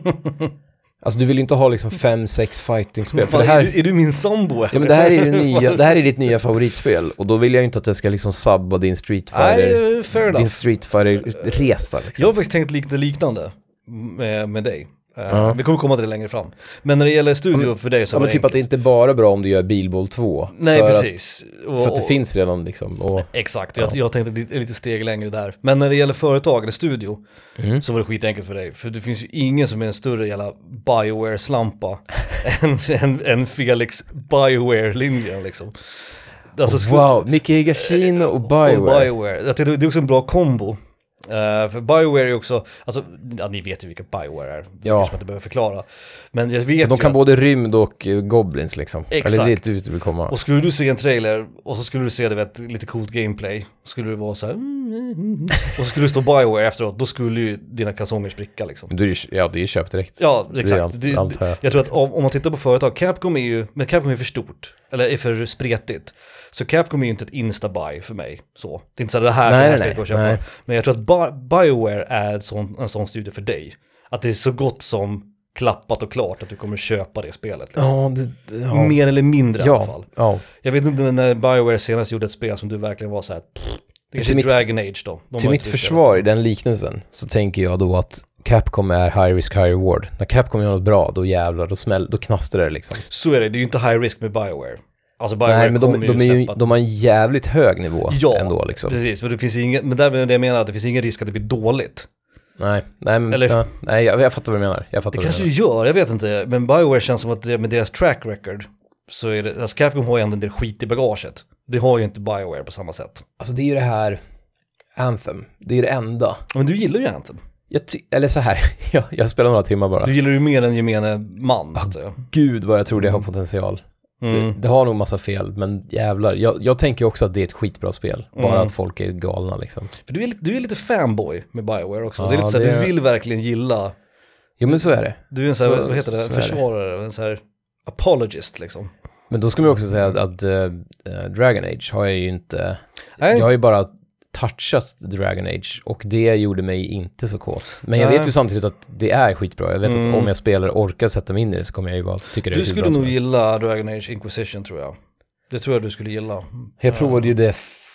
Alltså du vill ju inte ha liksom fem, sex fightingspel. För Fan, det här, är, du, är du min sambo? ja, men det här är ju nya, det här är ditt nya favoritspel. Och då vill jag ju inte att det ska liksom sabba din Street Fighter, Nej, fair enough. din Street Fighter-resa liksom. Jag har faktiskt tänkt lite liknande med, med dig. Uh, Ja. Vi kommer komma till det längre fram. Men när det gäller studio Ja, men- för dig så Ja, var men det typ att det enkelt. inte bara är bra om du gör bilboll två. Nej, för precis. Att, Och- för att det och- finns redan liksom. Och, Exakt, Ja. jag, jag tänkte lite, lite steg längre där. Men när det gäller företag eller studio mm. så var det skitenkelt för dig. För det finns ju ingen som är en större jävla BioWare-slampa än, än, än Felix BioWare-linjen liksom. Alltså, skulle- wow, Miki Higashino och BioWare. Och BioWare. Jag tycker det är också en bra kombo. Uh, för BioWare är också, alltså, ja, ni vet ju vilka BioWare är. Det Ja. kanske man inte behöver förklara. Men jag vet De ju kan att, både rymd och uh, goblins liksom. Exakt. Eller det är dit du vill komma. och skulle du se en trailer och så skulle du se det, vet, lite coolt gameplay. Skulle det vara så här, mm, mm, mm. Och så skulle det stå BioWare efteråt, då skulle ju dina kalsonger spricka liksom. Men då är det, ja, det är ju köpt direkt. Ja, Det är exakt. allt- Det, allt här. jag tror att om, om man tittar på företag, Capcom är ju, men Capcom är för stort. Eller är för spretigt. Så Capcom är ju inte ett insta-buy för mig. Så. Det är inte så att det här, Nej, det här nej, ska jag gå och köpa. nej. Men jag tror att Bi- BioWare är en sån, en sån studie för dig. Att det är så gott som klappat och klart att du kommer köpa det spelet. Liksom. Ja, det, det, ja. Mer eller mindre i alla ja, fall. ja. Jag vet inte när BioWare senast gjorde ett spel som du verkligen var så här. Pff, det kanske är mitt- Dragon Age då. De Till har mitt inte försvar i den liknelsen så tänker jag då att Capcom är high risk, high reward. När Capcom gör något bra, då jävlar, då smäll, då knastrar det liksom. Så är det, det är ju inte high risk med BioWare. Alltså BioWare Nej, men de, kommer de, är ju, släppa- de har en jävligt hög nivå Ja, ändå liksom. precis. Men det finns ingen, men där är det jag menar, att det finns ingen risk att det blir dåligt. Nej, nej, men, Eller- ja, nej jag, jag fattar vad du menar. Jag fattar Det vad kanske du det menar. gör, jag vet inte. Men BioWare känns som att det, med deras track record så är det, alltså Capcom har ju ändå en del skit i bagaget. Det har ju inte BioWare på samma sätt. Alltså det är ju det här Anthem. Det är ju det enda. Men du gillar ju Anthem. Jag ty- eller så här, jag, jag spelar några timmar bara. Du gillar ju mer än gemene man. Ah, Så att säga. Gud vad jag tror det har potential. Mm. Det, det har nog massa fel, men jävlar. Jag, jag tänker också att det är ett skitbra spel. Bara Mm. att folk är galna liksom. För du är, lite- du är lite fanboy med BioWare också. Ja, det är lite så här, det- du vill verkligen gilla. Jo men så är det. Du är en så här, Så- vad heter det, så är det. försvarare, en så här apologist liksom. Men då ska man också säga att, att uh, Dragon Age har jag ju inte... Nej. Jag har ju bara touchat Dragon Age och det gjorde mig inte så kåt. Men jag Nej. vet ju samtidigt att det är skitbra. Jag vet Mm. att om jag spelar och orkar sätta mig in i det så kommer jag ju bara tycka det är Du hur skulle bra som nog helst. gilla Dragon Age Inquisition tror jag. Det tror jag du skulle gilla. Jag provade ju det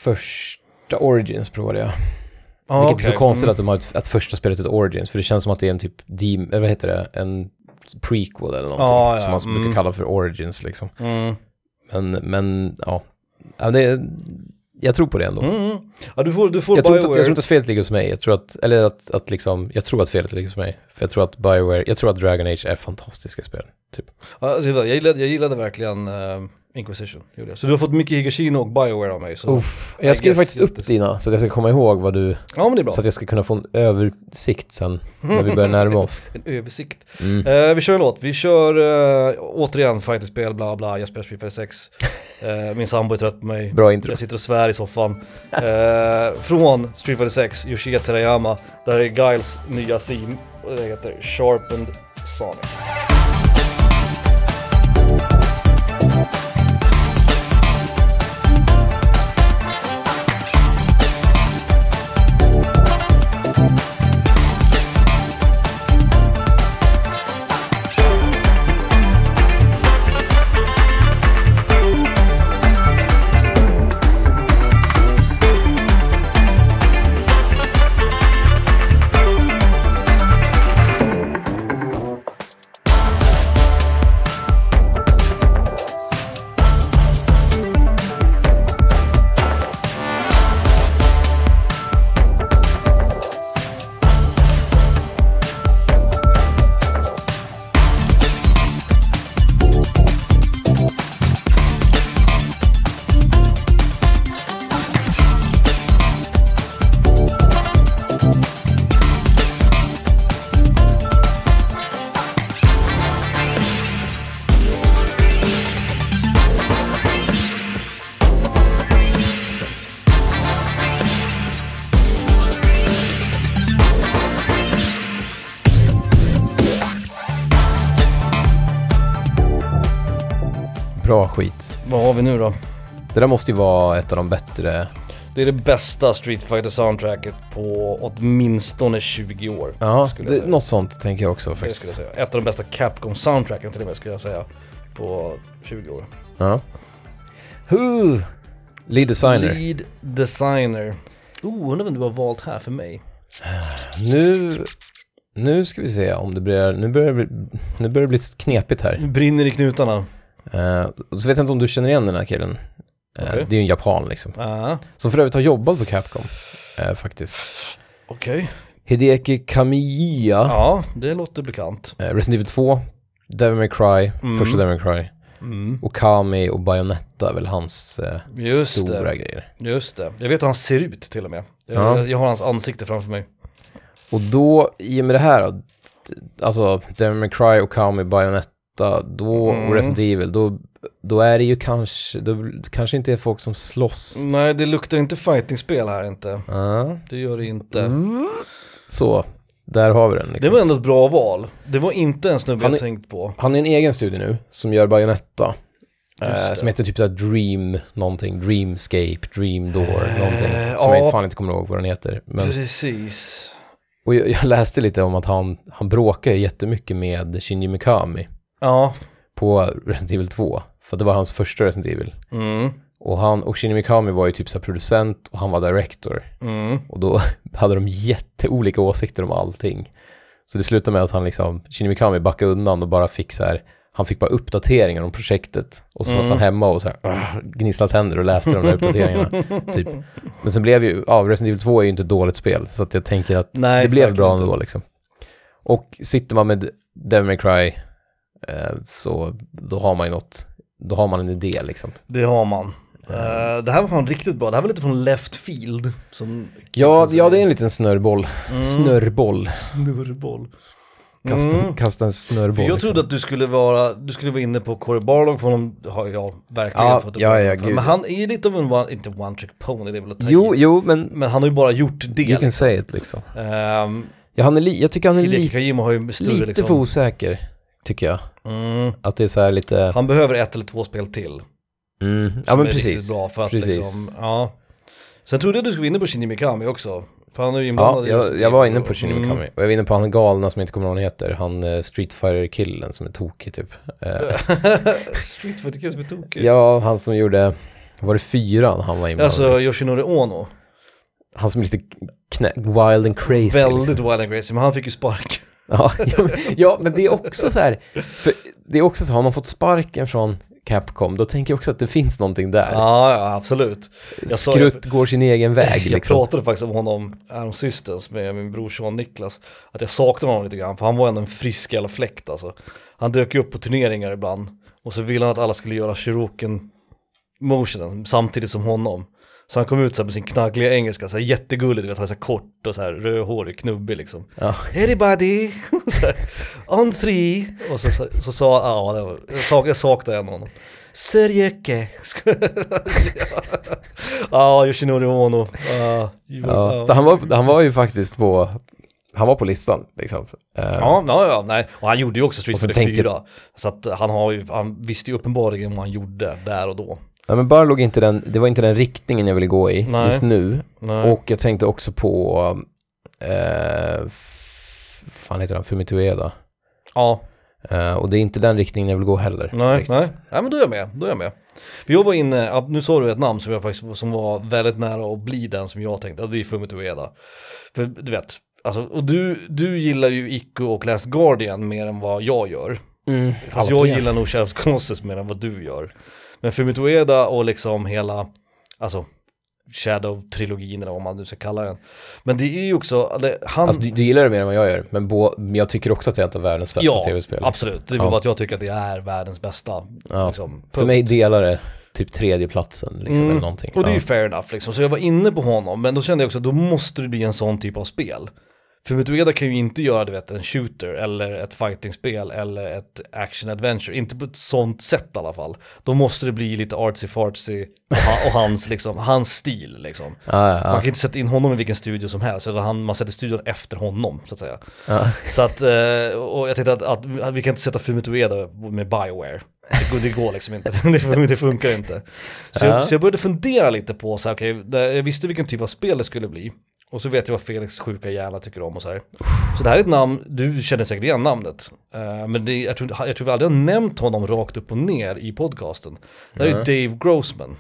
första Origins provade jag. Ah, Vilket är okej. så konstigt Mm. att de har ett, att första spelet är ett Origins. För det känns som att det är en typ, dim, eller vad heter det? En prequel eller någonting. Ah, ja. Som man Mm. brukar kalla för Origins liksom. Mm. Men, men ja. ja det, jag tror på det ändå. Mm. Ja, du får, du får Jag tror, inte BioWare. att, jag tror inte att felet ligger hos mig. Jag tror att, eller att, att liksom, jag tror att felet ligger hos mig. För jag tror att BioWare, jag tror att Dragon Age är fantastiska spel. Typ. Ja, alltså, jag, gillade, jag gillade verkligen uh, Inquisition. Gjorde jag. Så du har fått mycket Higashino och BioWare av mig. Så Uff, jag skriver faktiskt upp dina så att jag ska komma ihåg vad du... Ja, men det är bra. Så att jag ska kunna få en översikt sen när vi börjar närma oss. En översikt. Mm. Uh, vi kör en låt. Vi kör uh, återigen fighterspel, bla bla. Jag spelar Street Fighter sex. Uh, min sambo är trött på mig. Bra intro. Jag sitter och svär i soffan. Uh, från Street Fighter sex, Yoshida Terayama. Där är Guiles nya theme. Och det heter Sharpened Sonic. Bra skit. Vad har vi nu då? Det där måste ju vara ett av de bättre. Det är det bästa Street Fighter soundtracket på åtminstone tjugo år. Ja, det, något sånt tänker jag också det faktiskt. skulle jag säga. Ett av de bästa Capcom soundtracken till och med skulle jag säga på tjugo år. Ja. Who? Lead designer. Lead designer. Oh, undrar vem du har valt här för mig. Nu, nu ska vi se om det blir, nu börjar det bli, nu börjar det bli knepigt här. Nu brinner i knutarna. Uh, så vet jag inte om du känner igen den här killen. Uh, Okay. Det är ju en japan liksom. Ah. Som för övrigt har jobbat på Capcom. Uh, faktiskt. Okej. Okay. Hideki Kamiya. Ja, det låter bekant. Uh, Resident Evil två. Devil May Cry. Mm. Första Devil May Cry. Mm. Okami och Bayonetta är väl hans uh, Just stora det. grejer. Just det. Jag vet hur han ser ut till och med. Jag, Ja. jag, jag har hans ansikte framför mig. Och då, i och med det här då, alltså Devil May Cry, Okami, Bayonetta, då, Mm. och Resident Evil, då, då är det ju kanske, då, kanske inte är folk som slåss. Nej, det luktar inte fightingspel här inte. Ja. Det gör det inte. Mm. Så, där har vi den liksom. Det var ändå ett bra val. Det var inte en snubbe Han jag är- tänkt på. Han är en egen studie nu som gör Bayonetta. Just Eh, det. som heter typ såhär Dream någonting, Dreamscape, Dream Door Eh, någonting. ja. Som jag fan inte kommer ihåg vad den heter. Men, Precis. och jag, jag läste lite om att han, han bråkar jättemycket med Shinji Mikami Ja. på Resident Evil två. För det var hans första Resident Evil. Mm. Och, han, och Shinji Mikami var ju typ så här producent och han var director. Mm. Och då hade de jätteolika åsikter om allting. Så det slutade med att han liksom, Shinji Mikami backade undan och bara fick så här, han fick bara uppdateringar om projektet. Och så Mm. satt han hemma och så här, uh, gnisslade tänder och läste de där uppdateringarna. Typ. Men sen blev ju, ja, Resident Evil två är ju inte ett dåligt spel. Så att jag tänker att Nej, det blev verkligen bra inte. ändå liksom. Och sitter man med Devil May Cry eh, så då har man ju något, då har man en idé liksom. Det har man. Uh, det här var fan riktigt bra. Det här var lite från left field. Som Ja, ja, det är en liten snörboll. Mm. Snörboll. snurrboll. Kasta, Mm. kasta en snörboll. För jag liksom. trodde att du skulle vara, du skulle vara inne på Corey Barlog, för honom har jag verkligen Ja, fått upp ja, ja, ögonen för. gud. Men han är ju lite av en one, inte one trick pony, det är väl att ta Jo, i. jo, men Men han har ju bara gjort det. you can say it liksom. Um, Ja, han är li- jag tycker han är Hideki li- Kojima har ju större lite liksom. för osäker, tycker jag. Mm. Att det är så här lite... Han behöver ett eller två spel till. Mm. Ja, som men är riktigt precis. bra för att precis. liksom, ja. Sen trodde jag att du skulle vara inne på Shinji Mikami också. För han är ju Ja, inblandad i jag, Resident jag var Evil. inne på Shinji Mm. Mikami. Och jag var inne på han galna som jag inte kommer ihåg vad han heter. Han uh, Street Fighter-killen som är tokig typ. Eh, Street Fighter Kill som är tokig. ja, han som gjorde... Var det fyran han var inblandad? Alltså Yoshinori Ono. Han som är lite knä- wild and crazy. Väldigt liksom. wild and crazy, men han fick ju spark. Ja, ja, men- ja, men det är också så här, för det är också så, har man fått sparken från Capcom, då tänker jag också att det finns någonting där. Ja, ja, absolut. Jag sa- Skrutt går sin egen väg Jag liksom. pratade faktiskt om honom häromsistens med min brorson Niklas. Att jag saknar honom lite grann, för han var ändå en frisk jävla fläkt alltså. Han dök ju upp på turneringar ibland Och så ville han att alla skulle göra Shiroken motionen samtidigt som honom. Så han kom ut så här med sin knaggliga engelska, så här jättegullig, du vet, han är så här kort och så här rödhårig, knubbig liksom. Ja. Everybody, så här, on three. Och så, så, så sa ja, det var, jag, sak, jag saknade en honom. Sergeke. Ja, Yoshinori Ono. Ja, ja. Så han var, han var ju faktiskt på, han var på listan liksom. Ja, ja, ja, nej. Och han gjorde ju också Street Fighter tänkte... fyra. Så att han har ju, han visste ju uppenbarligen vad han gjorde där och då. Ja, men bara låg inte den, det var inte den riktningen jag ville gå i Nej. just nu. Nej. Och jag tänkte också på eh, fan heter han, Fumito Ueda. Ja. Uh, och det är inte den riktningen jag vill gå heller. Nej, riktigt. nej. Nej, men då är jag med, då är jag med. För jag var inne, nu sa du ett namn som jag faktiskt, som var väldigt nära att bli den som jag tänkte, alltså det är Fumito Ueda. För du vet, alltså, och du, du gillar ju Ico och Last Guardian mer än vad jag gör. Mm, Fast jag gillar nog Shadow of Colossus mer än vad du gör. Men Fumito Ueda och liksom hela, alltså Shadow-trilogin eller vad man nu ska kalla den. Men det är ju också, det, han... Alltså du, du gillar det mer än vad jag gör, men bo, jag tycker också att det är ett av världens bästa ja, tv-spel. Ja, absolut. Det är ja. bara att jag tycker att det är världens bästa. Ja. Liksom, för mig delar det typ tredje platsen liksom, mm. eller någonting. Och det är ju ja. fair enough liksom. Så jag var inne på honom, men då kände jag också att då måste det bli en sån typ av spel. För Fumito Ueda kan ju inte göra, du vet, en shooter eller ett fighting-spel eller ett action-adventure. Inte på ett sånt sätt i alla fall. Då måste det bli lite artsy-fartsy och, och hans, liksom, hans stil liksom. Ja, ja, ja. Man kan inte sätta in honom i vilken studio som helst. Utan han, man sätter studion efter honom, så att säga. Ja. Så att, och jag tänkte att, att, att vi kan inte sätta Fumito Ueda med BioWare. Det går, det går liksom inte, det funkar inte. Så, ja. jag, så jag började fundera lite på, så här, okay, jag visste vilken typ av spel det skulle bli. Och så vet jag vad Felix sjuka hjärna tycker om och så här. Så det här är ett namn, du känner säkert igen namnet. Uh, men det, jag, tror, jag tror vi aldrig har nämnt honom rakt upp och ner i podcasten. Det här mm. är Dave Grossman.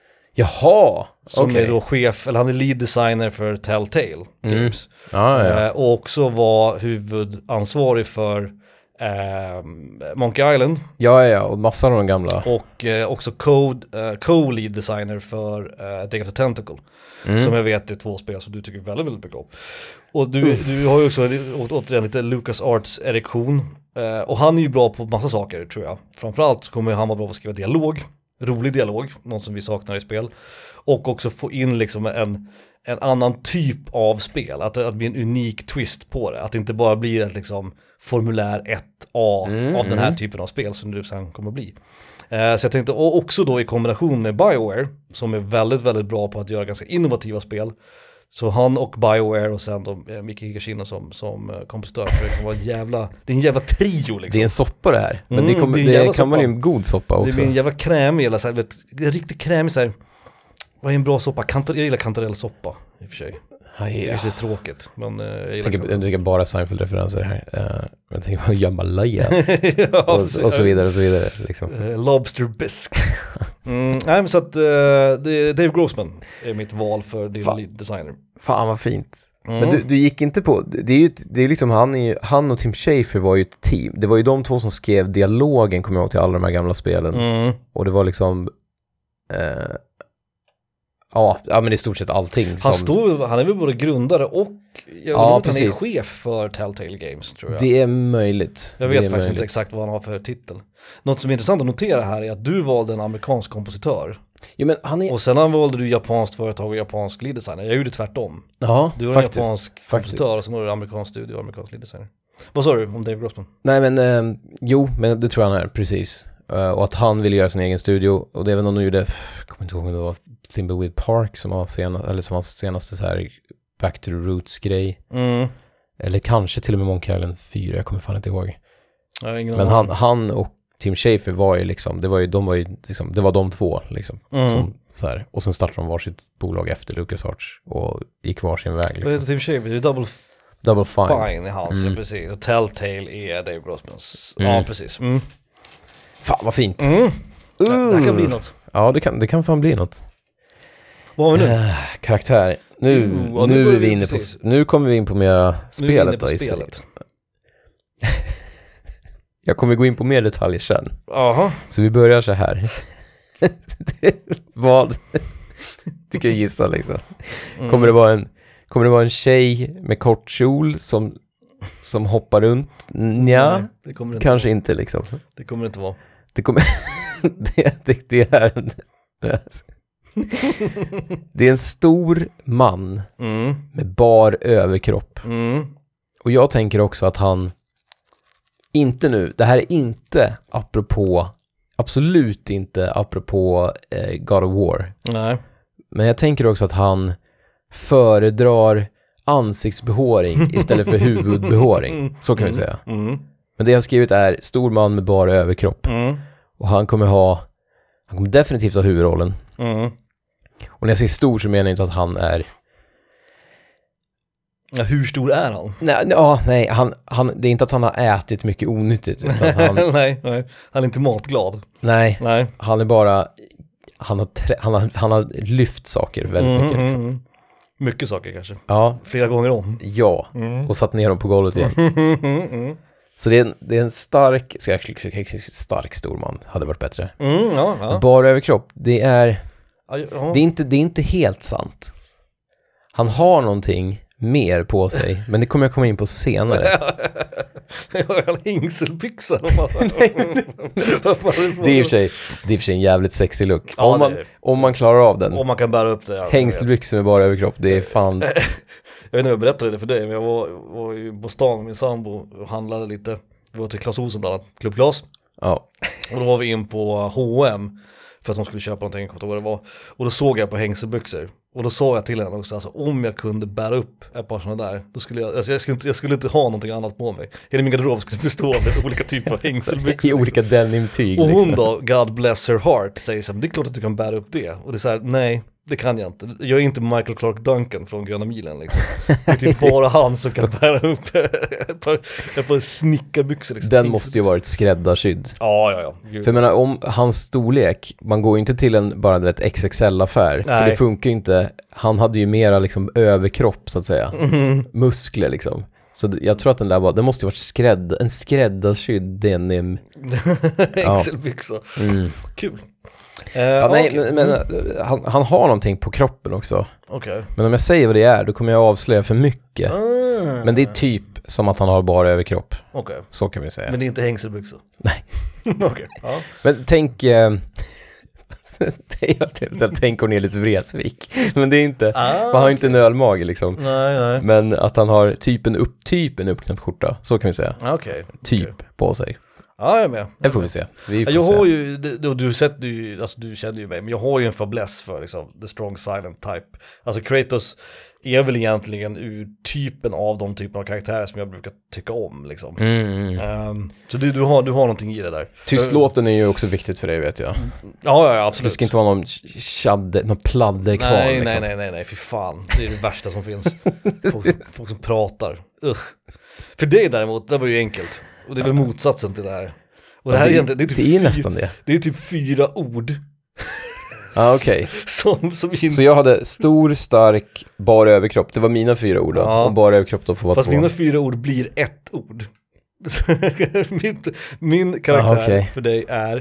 Jaha, Som okay. är då chef, eller han är lead designer för Telltale Games. Mm. Ah, ja. uh, och också var huvudansvarig för uh, Monkey Island. Ja, ja, och massor av de gamla. Och uh, också code, uh, co-lead designer för uh, Day of the Tentacle. Mm. Som jag vet är två spel som du tycker väldigt, väldigt mycket om. Och du, du har ju också återigen lite LucasArts erektion. Uh, och han är ju bra på massa saker, tror jag. Framförallt så kommer han vara bra på att skriva dialog. Rolig dialog, något som vi saknar i spel. Och också få in liksom en, en annan typ av spel. Att det blir en unik twist på det. Att det inte bara blir ett liksom formulär ett A mm, av den här mm. typen av spel som det sen kommer att bli. Uh, så jag tänkte, och också då i kombination med BioWare, som är väldigt, väldigt bra på att göra ganska innovativa spel. Så han och BioWare och sen då eh, Miki Higashino som, som uh, kompositör. För det kan vara jävla, det är en jävla trio liksom. Det är en soppa det här. Men mm, det, kommer, det, det kan vara en god soppa också. Det blir en jävla krämig, eller så här, vet, en riktigt krämig så här. Vad är en bra soppa? Kantar, jag gillar kantarellsoppa i och för sig. Ja, ja. Det är lite tråkigt. Men, uh, jag, jag, tänker, jag tänker bara Seinfeld-referenser här. Uh, jag tänker på Jambalaya. ja, och, och så vidare och så vidare. Liksom. Uh, lobster bisque. mm, nej, men så att uh, det, Dave Grossman är mitt val för din lead designer. Fan vad fint. Mm. Men du, du gick inte på, det är ju, det är liksom han, är, han och Tim Schafer var ju ett team. Det var ju de två som skrev dialogen, kommer jag ihåg, till alla de här gamla spelen. Mm. Och det var liksom uh, Ja, ja, men det är i stort sett allting. Han, som... stod, han är väl både grundare och jag ja, vet, han är chef för Telltale Games, tror jag. Det är möjligt. Jag vet faktiskt möjligt. inte exakt vad han har för titel. Något som är intressant att notera här är att du valde en amerikansk kompositör. Jo, men han är... Och sen valde du japanskt företag och japansk lead designer. Jag gjorde tvärtom. Ja, du var faktiskt, en japansk faktiskt. kompositör och sen var du amerikansk studio och amerikansk lead designer. Vad sa du om Dave Grossman? Nej, men eh, jo, men det tror jag han är, precis. Uh, och att han ville göra sin egen studio. Och det är väl någon som gjorde, jag kommer inte ihåg om det var Thimbleweed Park som var senast, eller som var senaste så här Back to the Roots-grej. Mm. Eller kanske till och med Monkey Island fyra, jag kommer fan inte ihåg. Men han, han och Tim Schafer var ju liksom, det var ju, de var ju liksom, det var de två liksom. Mm. Som, så här, och sen startade de varsitt bolag efter LucasArts och gick varsin väg. Liksom. Vad heter Tim Schafer? Det är Double, Double Fine. Fine i hans, mm. precis. Och Telltale är Dave Grossmans. Mm. Ja, precis. Mm. Fan vad fint. Mm. Uh. Det här kan bli något. Ja, det kan, det kan fan bli något. Vad har vi nu? Uh, karaktär. Nu, uh, ja, nu, nu är vi inne på, nu kommer vi in på mera spelet då i sig. Jag kommer gå in på mer detaljer sen. Aha. Så vi börjar så här. Vad? Du kan gissa liksom. Mm. Kommer det vara en kommer det vara en tjej med kort kjol som som hoppar runt? Nja, Nej, det kommer det kanske inte, inte liksom. Det kommer det inte vara. Det kommer... det, det, det är... Det är en stor man Mm. med bar överkropp. Mm. Och jag tänker också att han... Inte nu, det här är inte apropå... Absolut inte apropå eh, God of War. Nej. Men jag tänker också att han föredrar ansiktsbehåring istället för huvudbehåring. Så kan vi säga. Mm. Men det jag har skrivit är stor man med bara överkropp. Mm. Och han kommer ha... Han kommer definitivt ha huvudrollen. Mm. Och när jag säger stor så menar jag inte att han är... Ja, hur stor är han? Nej, ja, nej han, han, det är inte att han har ätit mycket onyttigt. Utan att han, nej, nej, han är inte matglad. nej, Nej. han är bara... Han har, trä, han har, han har lyft saker väldigt Mm, mycket. Liksom. mm. Mycket saker kanske. Ja, Flera gånger om. ja. Mm. Och satt ner dem på golvet igen. Mm. Så det är en, det är en stark... Så jag, stark stor man hade varit bättre. Mm, ja, ja. Bara överkropp, det är... Ja, ja. Det är, inte, det är inte helt sant. Han har någonting mer på sig, men det kommer jag komma in på senare. Jag har en hängselbyxa. Det är i och för sig, det är i och för sig en jävligt sexy look. Ja, om, man, det är- om man klarar av den. Om man kan bära upp det. Ja, Hängselbyxor med bara överkropp, det är fan... jag vet inte om jag berättade det för dig, men jag var, var ju på stan med min sambo och handlade lite. Vi var till Clas Ohlson bland annat, Club Clas. Ja. Och då var vi in på H och M för att de skulle köpa någonting, jag kommer inte ihåg vad det var. Och då såg jag på hängselbyxor. Och då sa jag till henne också, alltså, om jag kunde bära upp ett par sådana där, då skulle jag, alltså, jag, skulle inte, jag skulle inte ha någonting annat på mig. Hela min garderob skulle bestå av lite olika typer av hängselbyxor. I olika denimtyg. Och hon liksom. då, God bless her heart, säger så här, det är klart att du kan bära upp det. Och det är så här, nej, det kan jag inte. Jag är inte Michael Clark Duncan från Gröna milen liksom. Det är typ bara han som kan bära upp ett par, ett par snickarbyxor liksom. Den måste ju varit skräddarsydd. Ja, ja, ja. Gud. För jag menar, om hans storlek, man går ju inte till en bara ett X X L-affär. För Nej. det funkar ju inte. Han hade ju mera liksom överkropp så att säga. Mm. Muskler liksom. Så d- jag tror att den där var, den måste ju varit skrädd, en skräddarsydd denim. Hängselbyxor. Mm. Kul. Eh, Ja, nej, okej. men, men uh, han, han har någonting på kroppen också. Okej. Men om jag säger vad det är, då kommer jag avslöja för mycket. Ah. Men det är typ som att han har bara överkropp. Okej. Så kan vi säga. Men Men, det är inte hängselbyxor? Nej. Okej. Ja. tänk... Eh, jag tänkte tänk Cornelis Vreeswijk. Men det är inte... Ah, Man har inte en ölmage liksom. Nej, nej. Men att han har typ en, upp, typ en uppknäppt skjorta. Så kan vi säga. Okej. Typ Okej. på sig. Ja, jag är med. Det får vi se. Vi får Jag se. har ju, det- och du sett ju, alltså du känner ju mig, men jag har ju en fäbless för liksom the strong silent type. Alltså Kratos är väl egentligen ur typen av de typen av karaktärer som jag brukar tycka om liksom. Mm, mm. Ehm, så du, du, har, du har någonting i det där. Tystlåten är ju också viktigt för dig, vet jag. Ja, ja, ja, Det absolut. ska inte vara någon tjadde, någon pladde kvar Nej, liksom. nej, nej, nej, nej, fy fan. Det är det värsta som finns. Folk som, folk som pratar. Usch. För det däremot, det var ju enkelt. Och det är väl motsatsen till det här. Och det Ja, här är det, egentligen, det är typ det är fyra, nästan det. det är typ fyra ord Ja, okej. som, som inte... Så jag hade stor, stark, bara överkropp. Det var mina fyra ord då. Ja. Och bara överkropp då får vara Fast två. mina fyra ord blir ett ord. min, min karaktär Ah, okej. för dig är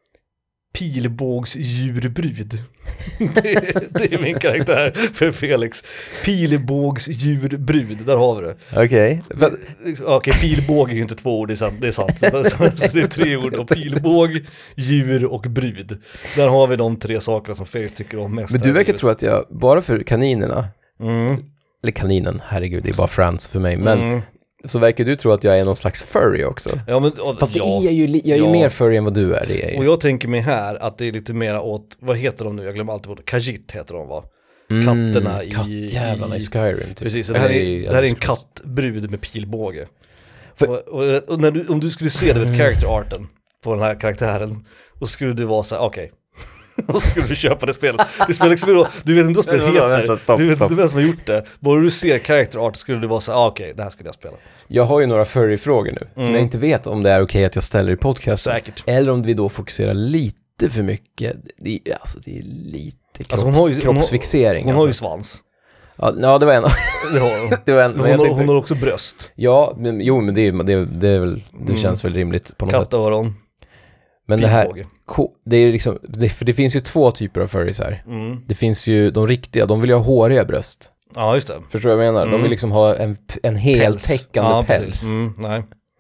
pilbågsdjurbrud. det, det är min karaktär för Felix. Pilbågsdjurbrud, där har vi det. Okej. Okay. Okej, pilbåg är ju inte två ord, det är sant. Det är, sant. Så det är tre ord. Och pilbåg, djur och brud. Där har vi de tre sakerna som Felix tycker om mest. Men du verkar tro att jag, bara för kaninerna, Mm. eller kaninen, herregud, det är bara Frans för mig. Men Mm. så verkar du tro att jag är någon slags furry också. Ja, men, och, Fast det ja. är jag ju, li- jag är ju Ja. mer furry än vad du är. Det är jag Och ju. jag tänker mig här att det är lite mer åt, vad heter de nu? Jag glömmer alltid bort. Khajiit heter de va? Mm, katterna i- Kattjävlarna i, i- Skyrim. Typ. Precis, så det här Eller är, i det här är en Elder Scrolls. kattbrud med pilbåge. För- Och, och, och när du, om du skulle se det Mm. med character arten på den här karaktären, och skulle du vara så här, okej. Och så skulle du köpa det spelet. Det spelar liksom då, du vet inte vad spelet Vänta, heter. vänta, stopp, du vet stopp. inte vem som har gjort det. Bara du ser character art skulle du vara så här, ah, okej, det här skulle jag spela. Jag har ju några furry-frågor nu, som Mm. jag inte vet om det är okej att jag ställer i podcasten. Säkert. Eller om vi då fokuserar lite för mycket. Det är, alltså det är lite kropps, Alltså, hon har ju- hon har- kroppsfixering. Hon har ju alltså. svans. Ja, ja, det var en. Det har hon. det var en Men men jag hon, har, tänkte, hon har också bröst. Ja, men, jo, men det, är- det, det, är väl, det Mm. känns väl rimligt på något sätt. Kattöron. Men det här, pilbåge. ko- det är liksom, det, för det finns ju två typer av furries här. Mm. Det finns ju de riktiga, de vill ju ha håriga bröst. Ja, just det. Förstår du vad jag menar? De Mm. vill liksom ha en, en heltäckande päls. Mm, nej.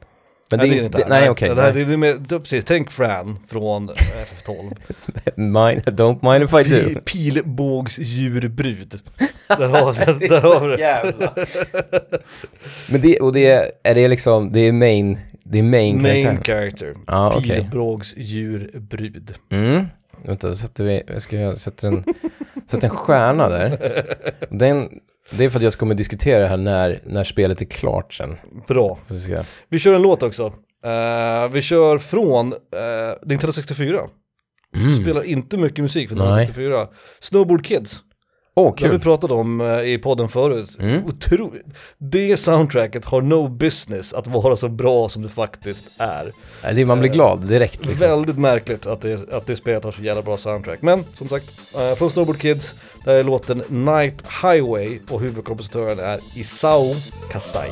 Men nej, det det är inte inte, nej okej. Okay, det, det, det, det, precis, tänk Fran från F F tolv. Mine, don't mind if I do. Pil, pilbågsdjurbrud. Där har vi där har vi det. Men det, och det är, är det liksom, det är main, det är main, main karaktär. character. Ah, okay. Pilbågsdjurbrud. Mm. Vänta, då sätter vi, jag ska sätta en, sätta en stjärna där. Den, det är för att jag ska kommer diskutera det här när, när spelet är klart sen. Bra. Vi, ska. vi kör en låt också. Uh, vi kör från uh, Nintendo sextiofyra. Mm. Spelar inte mycket musik för Nintendo sextiofyra. Snowboard Kids. Åh, oh, kul. Det har vi pratat om uh, i podden förut. Mm. Otroligt. Det soundtracket har no business att vara så bra som det faktiskt är. Det, man blir glad direkt. Liksom. Väldigt märkligt att det, att det spelet har så jävla bra soundtrack. Men som sagt, uh, från Snowboard Kids, där är låten Night Highway och huvudkompositören är Isao Kasai.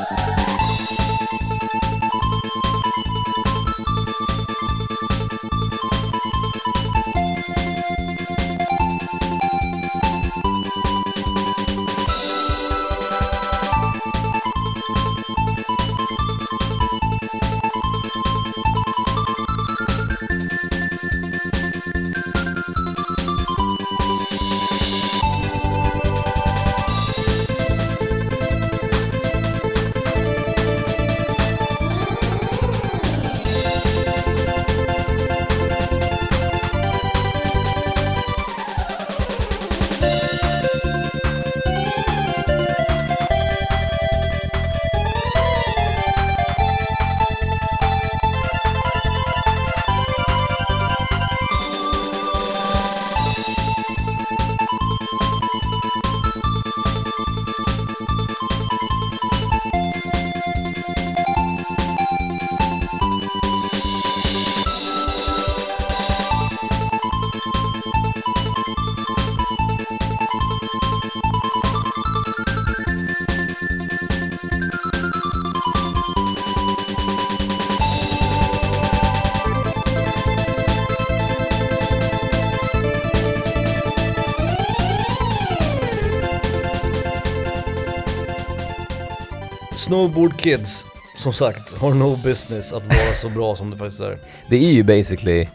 Snowboard Kids, som sagt, har no business att vara så bra som det faktiskt är. Det är ju basically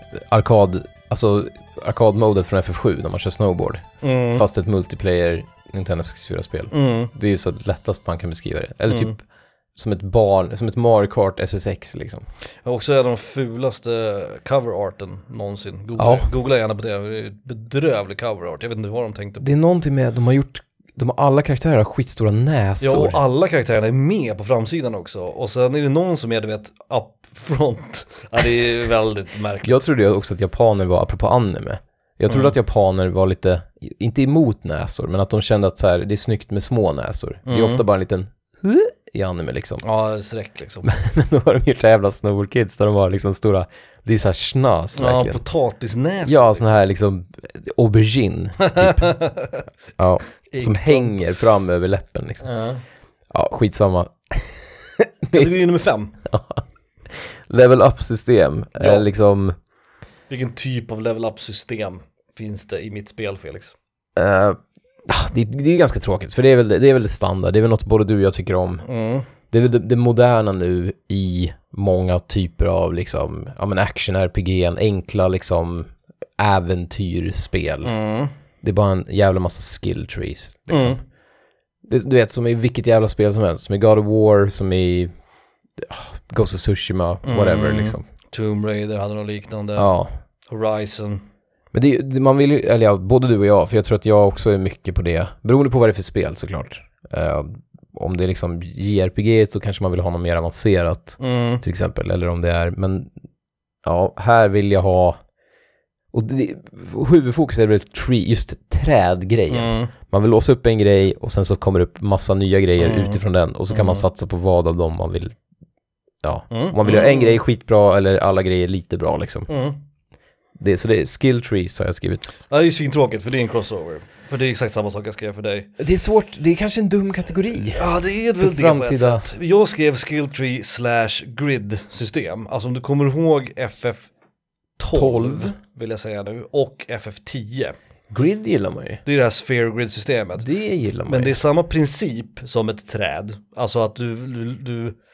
arkad, alltså arkadmodet från F F sju när man kör snowboard. Mm. Fast ett multiplayer Nintendo sextiofyra-spel. Mm. Det är ju så lättast man kan beskriva det. Eller typ mm. som ett barn, som ett Mario Kart S S X liksom. Och också är de fulaste coverarten någonsin. Googla, ja. Googla gärna på det. Det är bedrövlig coverart. Jag vet inte vad de tänkte på. Det är någonting med, de har gjort De har alla karaktärer har skitstora näsor. Ja, och alla karaktärerna är med på framsidan också. Och sen är det någon som är, du vet, up front. Ja, det är väldigt märkligt. Jag trodde också att japaner var, apropå anime, jag trodde mm. att japaner var lite, inte emot näsor, men att de kände att så här, det är snyggt med små näsor. Mm. Det är ofta bara en liten i anime liksom. Ja, sträck liksom. Men då har de gjort jävla Snowboard Kids där de var liksom stora, det är så här snas verkligen. Ja, potatisnäsor. Ja, liksom. Sån här liksom aubergine typ. Ja. Som hänger fram över läppen liksom. Uh. Ja, skitsamma. Kategori nummer fem. Level up-system. Ja. Är liksom... Vilken typ av level up-system finns det i mitt spel, Felix? Uh, det, det är ganska tråkigt, för det är väl det är väl standard. Det är väl något både du och jag tycker om. Mm. Det är väl det, det moderna nu i många typer av liksom, ja men action-R P G, enkla liksom äventyrspel. Mm. Det är bara en jävla massa skill trees liksom. Mm. Det, du vet, som i vilket jävla spel som helst. Som i God of War, som i oh, Ghost of Tsushima, whatever mm. liksom. Tomb Raider hade något liknande. Ja. Horizon. Men det, det, man vill ju, eller ja, både du och jag, för jag tror att jag också är mycket på det. Beroende på vad det är för spel såklart. Uh, om det är liksom J R P G så kanske man vill ha något mer avancerat mm. till exempel. Eller om det är, men ja, här vill jag ha. Och det, huvudfokus är väl tree, just trädgrejen. Mm. Man vill låsa upp en grej och sen så kommer det upp massa nya grejer mm. utifrån den. Och så kan mm. man satsa på vad av dem man vill. Ja, mm. om man vill mm. göra en grej skitbra eller alla grejer lite bra liksom. Mm. Det, så det är skill trees har jag skrivit. Ja, det är ju svintråkigt för det är en crossover. För det är exakt samma sak jag skrev för dig. Det är svårt, det är kanske en dum kategori. Ja, det är väl det på ett sätt. Jag skrev skill tree slash grid system. Alltså om du kommer ihåg F F tolv vill jag säga nu, och F F tio. Grid gillar man ju. Det är det här sphere grid-systemet. Det gillar man Men ju. det är samma princip som ett träd. Alltså att du, du, du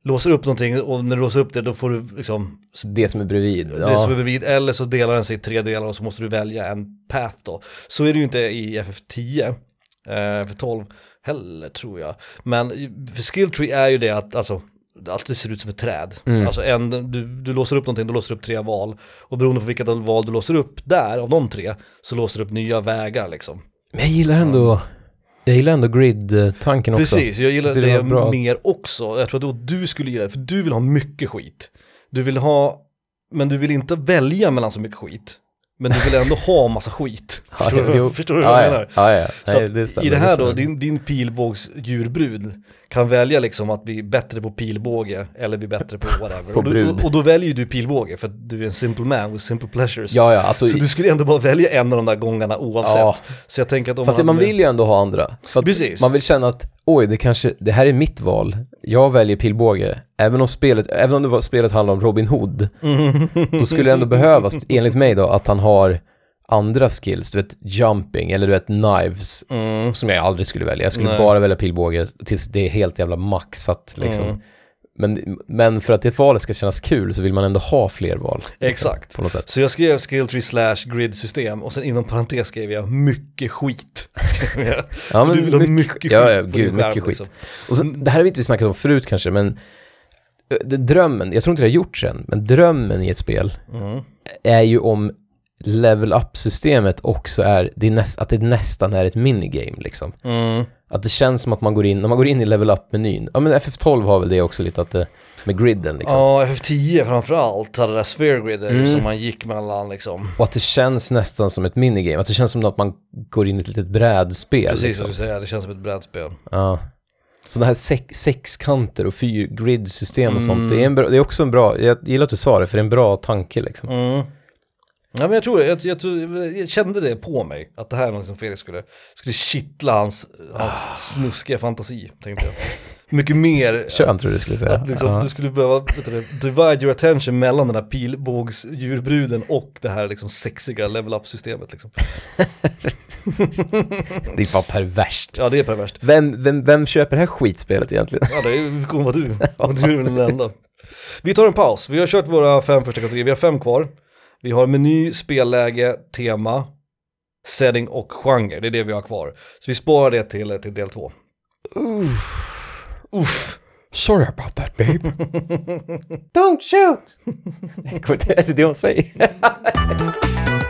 låser upp någonting och när du låser upp det då får du liksom Det som är bredvid. det ja. som är bredvid, eller så delar den sig i tre delar och så måste du välja en path då. Så är det ju inte i F F tio, eh, för tolv heller tror jag. Men för skill tree är ju det att alltså allt det ser ut som ett träd. Mm. Alltså en, du, du låser upp någonting, du låser upp tre val och beroende på vilka val du låser upp där av de tre så låser du upp nya vägar liksom. Men jag gillar ändå jag gillar ändå grid-tanken också. Precis, jag gillar det, det mer också. Jag tror att då du skulle gilla det, för du vill ha mycket skit. Du vill ha, men du vill inte välja mellan så mycket skit. Men du vill ändå ha massa skit. Förstår, ja, du, förstår du ja, vad jag menar? Ja, ja. Så Nej, det stämmer, i det här det då, din, din pilbågs djurbrud kan välja liksom att bli bättre på pilbåge eller bli bättre på whatever. på och, du, och, och då väljer du pilbåge för att du är en simple man with simple pleasures. Ja, ja, alltså, så du skulle ändå bara välja en av de där gångarna oavsett. Ja. Så jag tänker att om Fast man, man vill ju ändå ha andra. För att Precis. Man vill känna att oj, det kanske det här är mitt val. Jag väljer pilbåge. Även om spelet även om det var, spelet handlar om Robin Hood. Mm. Då skulle det ändå behövas enligt mig då att han har andra skills, du vet jumping eller du vet knives mm. som jag aldrig skulle välja. Jag skulle Nej. bara välja pilbåge tills det är helt jävla maxat liksom. Mm. Men, men för att det valet ska kännas kul så vill man ändå ha fler val. Exakt. Liksom, på något sätt. Så jag skrev skill tree slash grid system och sen inom parentes skrev jag mycket skit. jag. Ja, men du vill mycket, ha mycket skit. Ja, ja gud, mycket skit. Liksom. Och sen, det här har vi inte snackat om förut kanske, men det, drömmen, jag tror inte det har gjorts än, men drömmen i ett spel mm. är ju om level up-systemet också är, det är näst, att det nästan är ett minigame liksom. Mm. Att det känns som att man går in, när man går in i level up-menyn. Ja, men F F tolv har väl det också lite att det, med griden liksom. Ja, F F tio framförallt hade det där sphere grider mm. som man gick mellan liksom. Och att det känns nästan som ett minigame. Att det känns som att man går in i ett litet brädspel. Precis liksom. som du säger, det känns som ett brädspel. Ja. Så det här sex, sexkanter och fyr grid-system och mm. sånt, det är, en bra, det är också en bra, jag gillar att du sa det, för det är en bra tanke liksom. Mm. Ja, men jag tror, jag, jag, jag, jag kände det på mig att det här är något som Felix skulle skulle kittla hans, hans ah. snuskiga fantasi, tänkte jag. Mycket mer. Kön tror du skulle säga. Att liksom, uh-huh. Du skulle behöva vet du, divide your attention mellan den här pilbågsdjurbruden och det här liksom sexiga level up systemet liksom. Det är fan perverst. Ja, det är perverst. Vem, vem, vem köper det här skitspelet egentligen? Ja, det kommer vara du. Och du är väl den enda. Vi tar en paus. Vi har kört våra fem första kategorier. Vi har fem kvar. Vi har meny, spelläge, tema, setting och genre. Det är det vi har kvar. Så vi sparar det till, till del två. Uff. Uff. Sorry about that, babe. Don't shoot! Det är det hon säger.